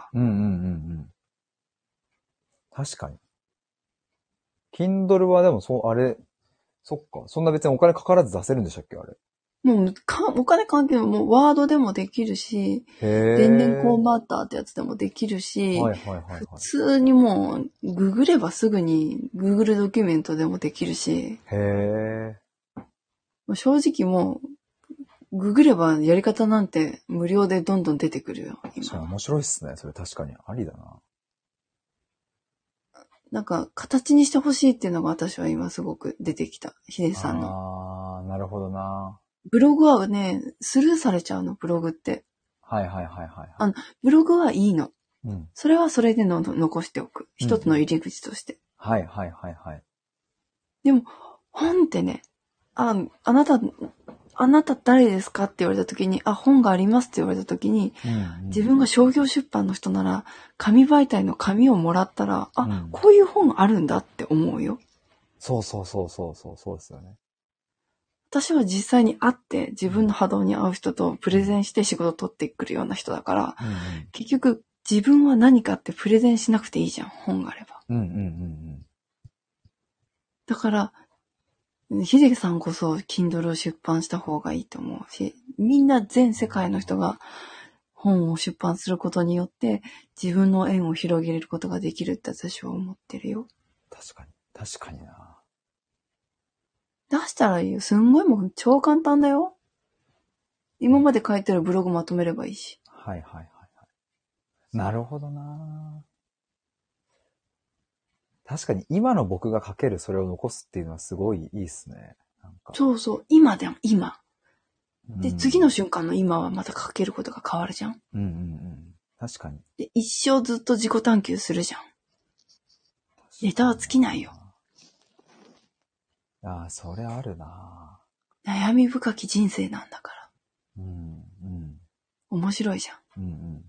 確かに。Kindle はでもそっか。そんな別にお金かからず出せるんでしたっけあれ。
もう、お金関係もうワードでもできるし、電電コンバーターってやつでもできるし、普通にもう、ググればすぐに Google ドキュメントでもできるし、正直もう、ググればやり方なんて無料でどんどん出てくるよ。
確かに面白いっすね。それ確かにありだな。
なんか、形にしてほしいっていうのが私は今すごく出てきた。ヒデさんの。
ああ、なるほどな。
ブログはね、スルーされちゃうの、ブログって。
はいはいはいはい。
ブログはいいの。
うん。
それはそれで残しておく。一つの入り口として。
はいはいはいはい。
でも、本ってね、あなた誰ですかって言われた時に、本がありますって言われた時に、自分が商業出版の人なら、紙媒体の紙をもらったら、こういう本あるんだって思うよ。
そうですよね。
私は実際に会って自分の波動に合う人とプレゼンして仕事を取ってくるような人だから、結局自分は何かってプレゼンしなくていいじゃん、本があれば。だから、ヒデさんこそ Kindle を出版した方がいいと思うし、みんな全世界の人が本を出版することによって自分の縁を広げることができるって私は思ってるよ。
確かにな。
出したらいいよ。すんごいもん、超簡単だよ。今まで書いてるブログまとめればいいし。
はいはいはいはい。なるほどな。確かに今の僕が書けるそれを残すっていうのはすごいいいっすね。なんか
そうそう、今でも今。で、次の瞬間の今はまた書けることが変わるじゃん。
確かに。
で、一生ずっと自己探求するじゃん。ネタは尽きないよ。
ああ、それあるな。
悩み深き人生なんだから。面白いじゃん。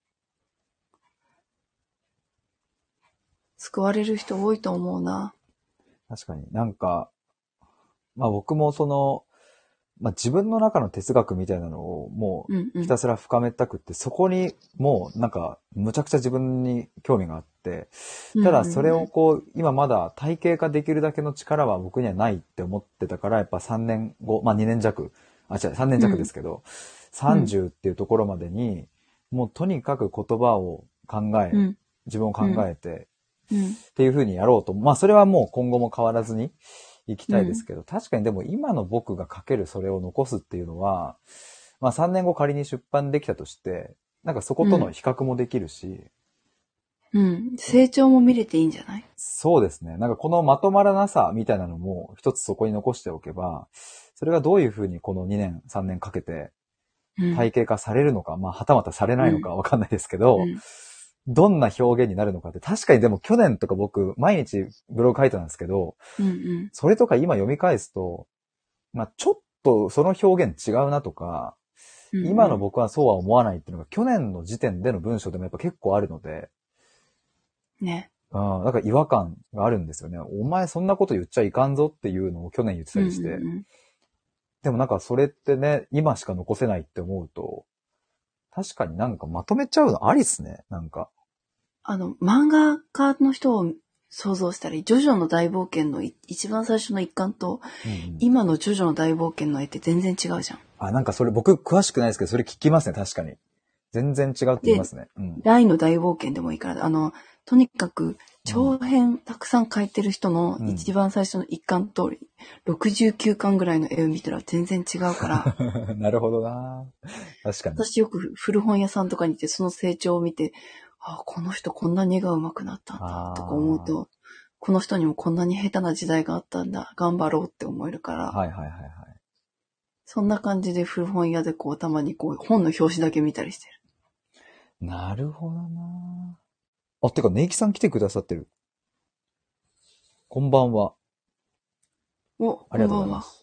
救われる人多いと思うな。
確かになんか、僕も自分の中の哲学みたいなのをもうひたすら深めたくって、そこにもうなんかむちゃくちゃ自分に興味があって、ただそれを今まだ体系化できるだけの力は僕にはないって思ってたから、やっぱ3年後、2年弱、3年弱ですけど、30っていうところまでに、もうとにかく言葉を考え、自分を考えて、っていう風にやろうと。それはもう今後も変わらずに行きたいですけど、確かにでも今の僕が書けるそれを残すっていうのは、3年後仮に出版できたとして、なんかそことの比較もできるし、
成長も見れていいんじゃない？
そうですね。なんかこのまとまらなさみたいなのも一つそこに残しておけば、それがどういう風にこの2年、3年かけて体系化されるのか、はたまたされないのかわかんないですけど、どんな表現になるのかって、確かにでも去年とか僕毎日ブログ書いてたんですけど、それとか今読み返すと、ちょっとその表現違うなとか、今の僕はそうは思わないっていうのが去年の時点での文章でもやっぱ結構あるので、
ね。
だから違和感があるんですよね。お前そんなこと言っちゃいかんぞっていうのを去年言ってたりして。でもなんかそれってね、今しか残せないって思うと、確かになんかまとめちゃうのありっすね、なんか。
漫画家の人を想像したり、ジョジョの大冒険の一番最初の一巻と、今のジョジョの大冒険の絵って全然違うじゃん。
なんかそれ僕詳しくないですけど、それ聞きますね、確かに。全然違うって言いますね。
大の大冒険でもいいから、とにかく、長編たくさん描いてる人の一番最初の一巻通り、69巻ぐらいの絵を見たら全然違うから。
なるほどな。確かに。
私よく古本屋さんとかに行ってその成長を見て、この人こんなに絵が上手くなったんだとか思うと、この人にもこんなに下手な時代があったんだ、頑張ろうって思えるから。そんな感じで古本屋でたまに本の表紙だけ見たりしてる。
なるほどな。てか、ネイキさん来てくださってる。こんばんは。ありがとうございます。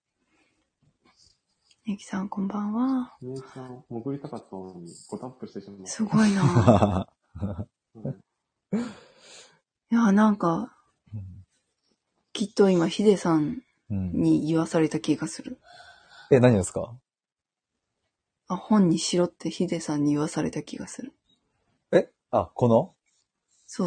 ネイキさん、こんばんは。
ネイキさん、潜りたかったのに、タップしてしまった。
すごいなぁ。いや、なんか、きっと今、ヒデさんに言わされた気がする。
何ですか？
本にしろってヒデさんに言わされた気がする。
この？
そう。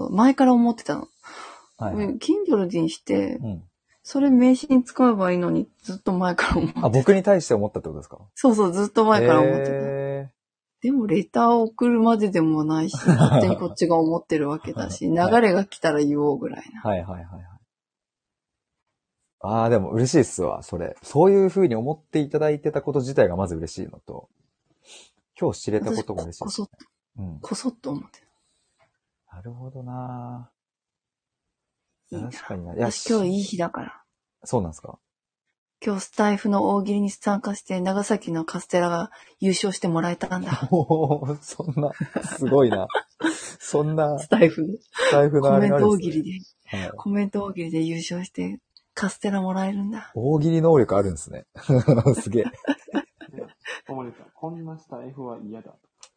前から思ってたの。Kindle にして、それ名刺に使えばいいのにずっと前から思ってた。
僕に対して思ったってことですか？
そう、ずっと前から思ってた。でもレターを送るまででもないし、勝手にこっちが思ってるわけだし、流れが来たら言おうぐらい
な。でも嬉しいっすわ、それ。そういう風に思っていただいてたこと自体がまず嬉しいのと、今日知れたことが嬉しいです、ね。
こそっと思って
た。なるほどな。
いいな。
確かにな。
私今日いい日だから。
そうなんですか？
今日スタイフの大喜利に参加して長崎のカステラが優勝してもらえたんだ。
そんな、すごいな。そんな、
スタイフの
コ
メント大喜利で、はい、コメント大喜利で優勝してカステラもらえるんだ。
大喜利能力あるんですね。すげえ。
こんなスタイフは嫌だ。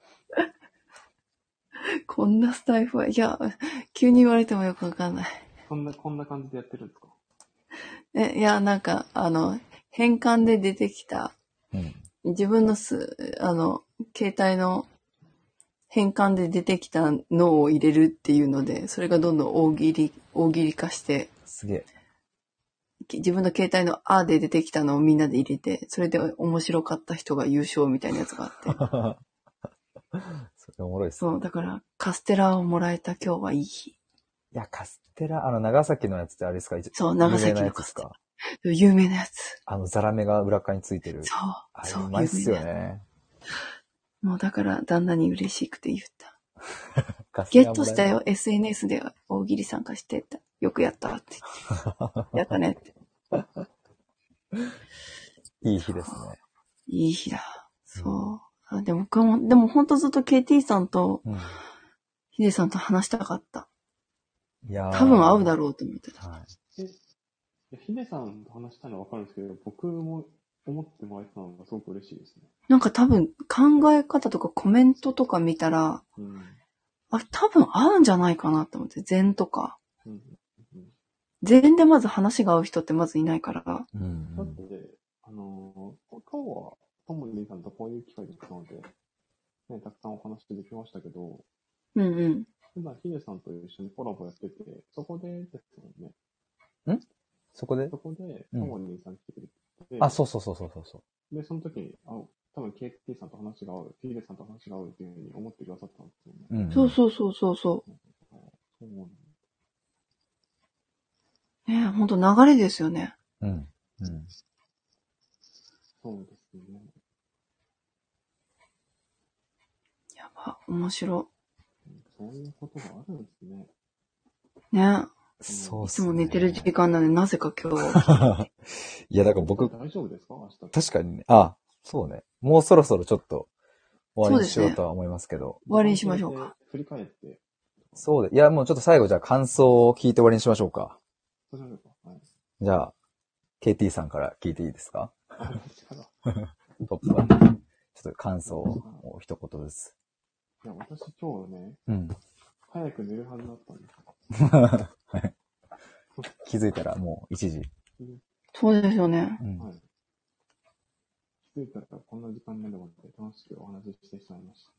こんなスタイフは、いや、急に言われてもよくわかんない。
こんな感じでやってるんですか？
いや、なんか、変換で出てきた、自分の携帯の変換で出てきたのを入れるっていうので、それがどんどん大喜利化して、
すげえ。
自分の携帯のあで出てきたのをみんなで入れて、それで面白かった人が優勝みたいなやつがあ
って。それおもろいっすね。
そう、だからカステラをもらえた今日はいい日。
いや、カステラ、長崎のやつってあれですか？
そう、長崎のカステラ。有名なやつ。
ザラメが裏側についてる。
そう。そう、
うまいっすよね。
もうだから旦那に嬉しくて言った。ゲットしたよ、SNS で大喜利参加してた。よくやったって言って。やったねって。
いい日ですね。
いい日だ。そう。でも本当ずっと KT さんと、ヒデさんと話したかった。いや多分合うだろうと思ってた。はい。
ヒデさんと話したいのはわかるんですけど、僕も思ってもらえたのがすごく嬉しいですね。
なんか多分考え方とかコメントとか見たら、多分合うんじゃないかなと思って、禅とか。禅でまず話が合う人ってまずいないから。だって、
今日はトモリーさんとこういう機会だったので、ね、たくさんお話できましたけど、今、ヒデさんと一緒にコラボやってて、そこでですもんね。
そこで
トモリーさん来てくれて、
そう。
で、その時に、多分 KT さんと話が合う、ヒデさんと話が合うっていうふうに思ってくださったんですよね。
そう。そうねえ、ほんと流れですよね。
そうですね。
やば、面白。
そういうことがあるんですね。
ね。そうっすね。いつも寝てる時間なんで、なぜか今
日。いや、だから僕。
大丈夫ですか？明日。
確かにね。そうね。もうそろそろちょっと終わりにしようとは思いますけど。
終わりにしましょうか。
振り返って。
そうで。いや、もうちょっと最後じゃあ感想を聞いて終わりにしましょうか。
はい、
じゃあ、KT さんから聞いていいですか？トップは。ちょっと感想を一言ずつ。
いや、私今日ね、早く寝るはずだったんですよ。
気づいたらもう1時。
そうですよね。
はい。気づいたらこんな時間になるまで楽しくお話ししてしまいました。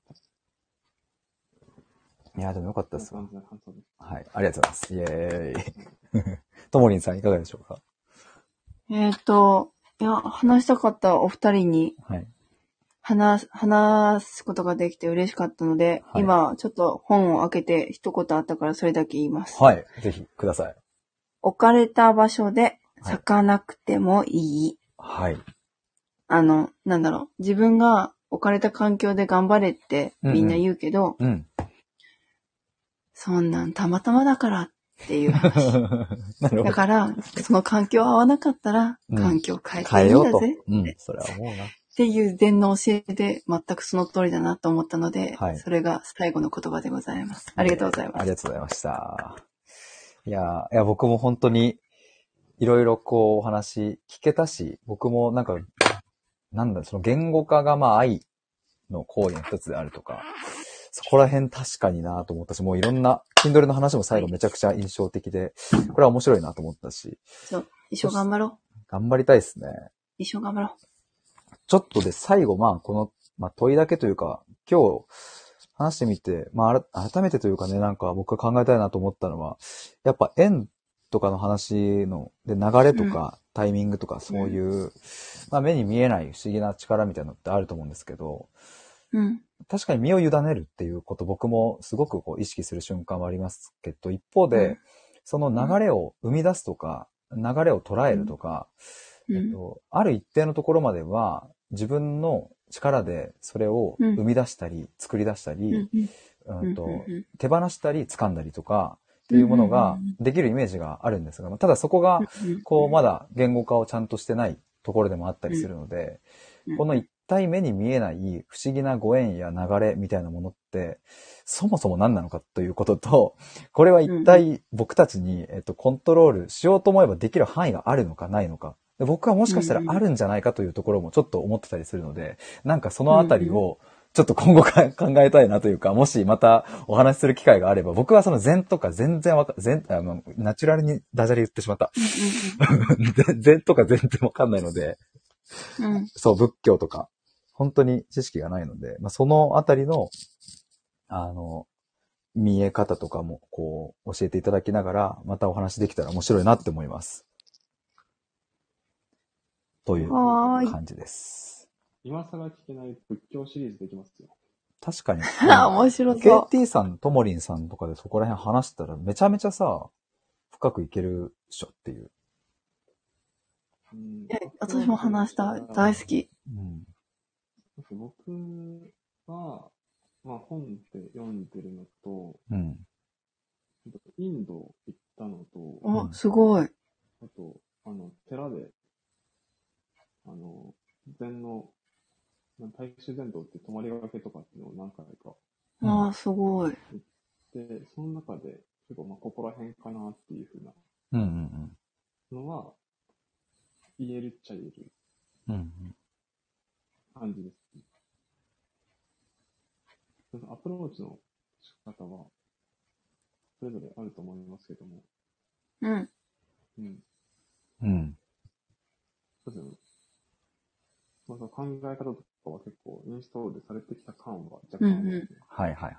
いや、でもよかったですわ。はい、ありがとうございます。イェーイ。ともりんさんいかがでしょうか？
いや、話したかったお二人に、話すことができて嬉しかったので、今、ちょっと本を開けて一言あったからそれだけ言います。
はい、ぜひください。
置かれた場所で咲かなくてもいい。
はい。
なんだろう、自分が置かれた環境で頑張れってみんな言うけど、そんなんたまたまだからっていう話。だから、その環境合わなかったら、環境変えていいんだぜ。
それは思うな。
っていう禅の教えで全くその通りだなと思ったので、それが最後の言葉でございます。ありがとうございます。
ありがとうございました。いや、僕も本当にいろいろこうお話聞けたし、僕もその言語化が愛の行為の一つであるとか、そこら辺確かになと思ったし、もういろんな、Kindle の話も最後めちゃくちゃ印象的で、これは面白いなと思ったし。
そう、一緒頑張ろう。
頑張りたいですね。
一緒頑張ろう。
ちょっとで最後、この、問いだけというか、今日話してみて、改めてというかね、僕が考えたいなと思ったのは、やっぱ縁とかの話の、で、流れとか、タイミングとか、そういう、目に見えない不思議な力みたいなのってあると思うんですけど、確かに身を委ねるっていうこと、僕もすごく意識する瞬間はありますけど、一方で、その流れを生み出すとか、流れを捉えるとか、ある一定のところまでは、自分の力でそれを生み出したり、作り出したり、手放したり掴んだりとか、 っていうものができるイメージがあるんですが、ただそこが、こう、まだ言語化をちゃんとしてないところでもあったりするので、この一体目に見えない不思議なご縁や流れみたいなものって、そもそも何なのかということと、これは一体僕たちに、コントロールしようと思えばできる範囲があるのかないのか。僕はもしかしたらあるんじゃないかというところもちょっと思ってたりするので、なんかそのあたりをちょっと今後考えたいなというか、もしまたお話しする機会があれば、僕はその禅とか全然ナチュラルにダジャレ言ってしまった。禅とか全然わかんないので、そう、仏教とか、本当に知識がないので、そのあたりの、見え方とかも、こう、教えていただきながら、またお話できたら面白いなって思います。という感じです。
今更聞けない仏教シリーズできますよ。
確かに。
面白そう。
KT さん、ともりんさんとかでそこら辺話したら、めちゃめちゃさ、深くいけるっしょっていう。
私も話したい。大好き。
僕は、本って読んでるのと、インド行ったのと、
すごい。
あと、寺で、禅の、大衆禅道って泊まりがけとかっていうのを何回か。
すごい。
で、その中で、結構、ここら辺かなっていうふうな、のは、言えるっちゃ言える。感じです。アプローチの仕方は、それぞれあると思いますけども。そうですね。考え方とかは結構インストールでされてきた感は若干ありますね。
はいはいはい。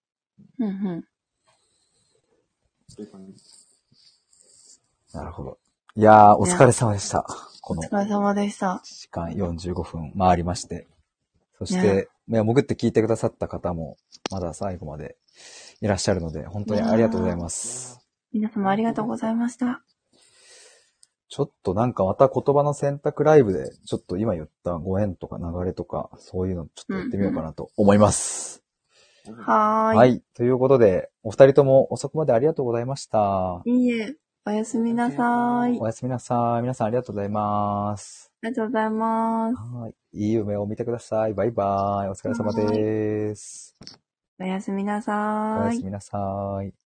っていう感じです。
なるほど。いやー、お疲れ様でした。
お疲れ様でした。
1時間45分回りまして。そして、潜って聞いてくださった方も、まだ最後までいらっしゃるので、本当にありがとうございます。
皆様ありがとうございました。
ちょっとなんかまた言葉の選択ライブで、ちょっと今言ったご縁とか流れとか、そういうのちょっとやってみようかなと思います。はい。ということで、お二人とも遅くまでありがとうございました。
いいえ、おやすみなさい。
おやすみなさい。皆さんありがとうございます。
ありがとうございます。
はい。いい夢を見てください。バイバイ。お疲れ様です。
おやすみなさい。
おやすみなさい。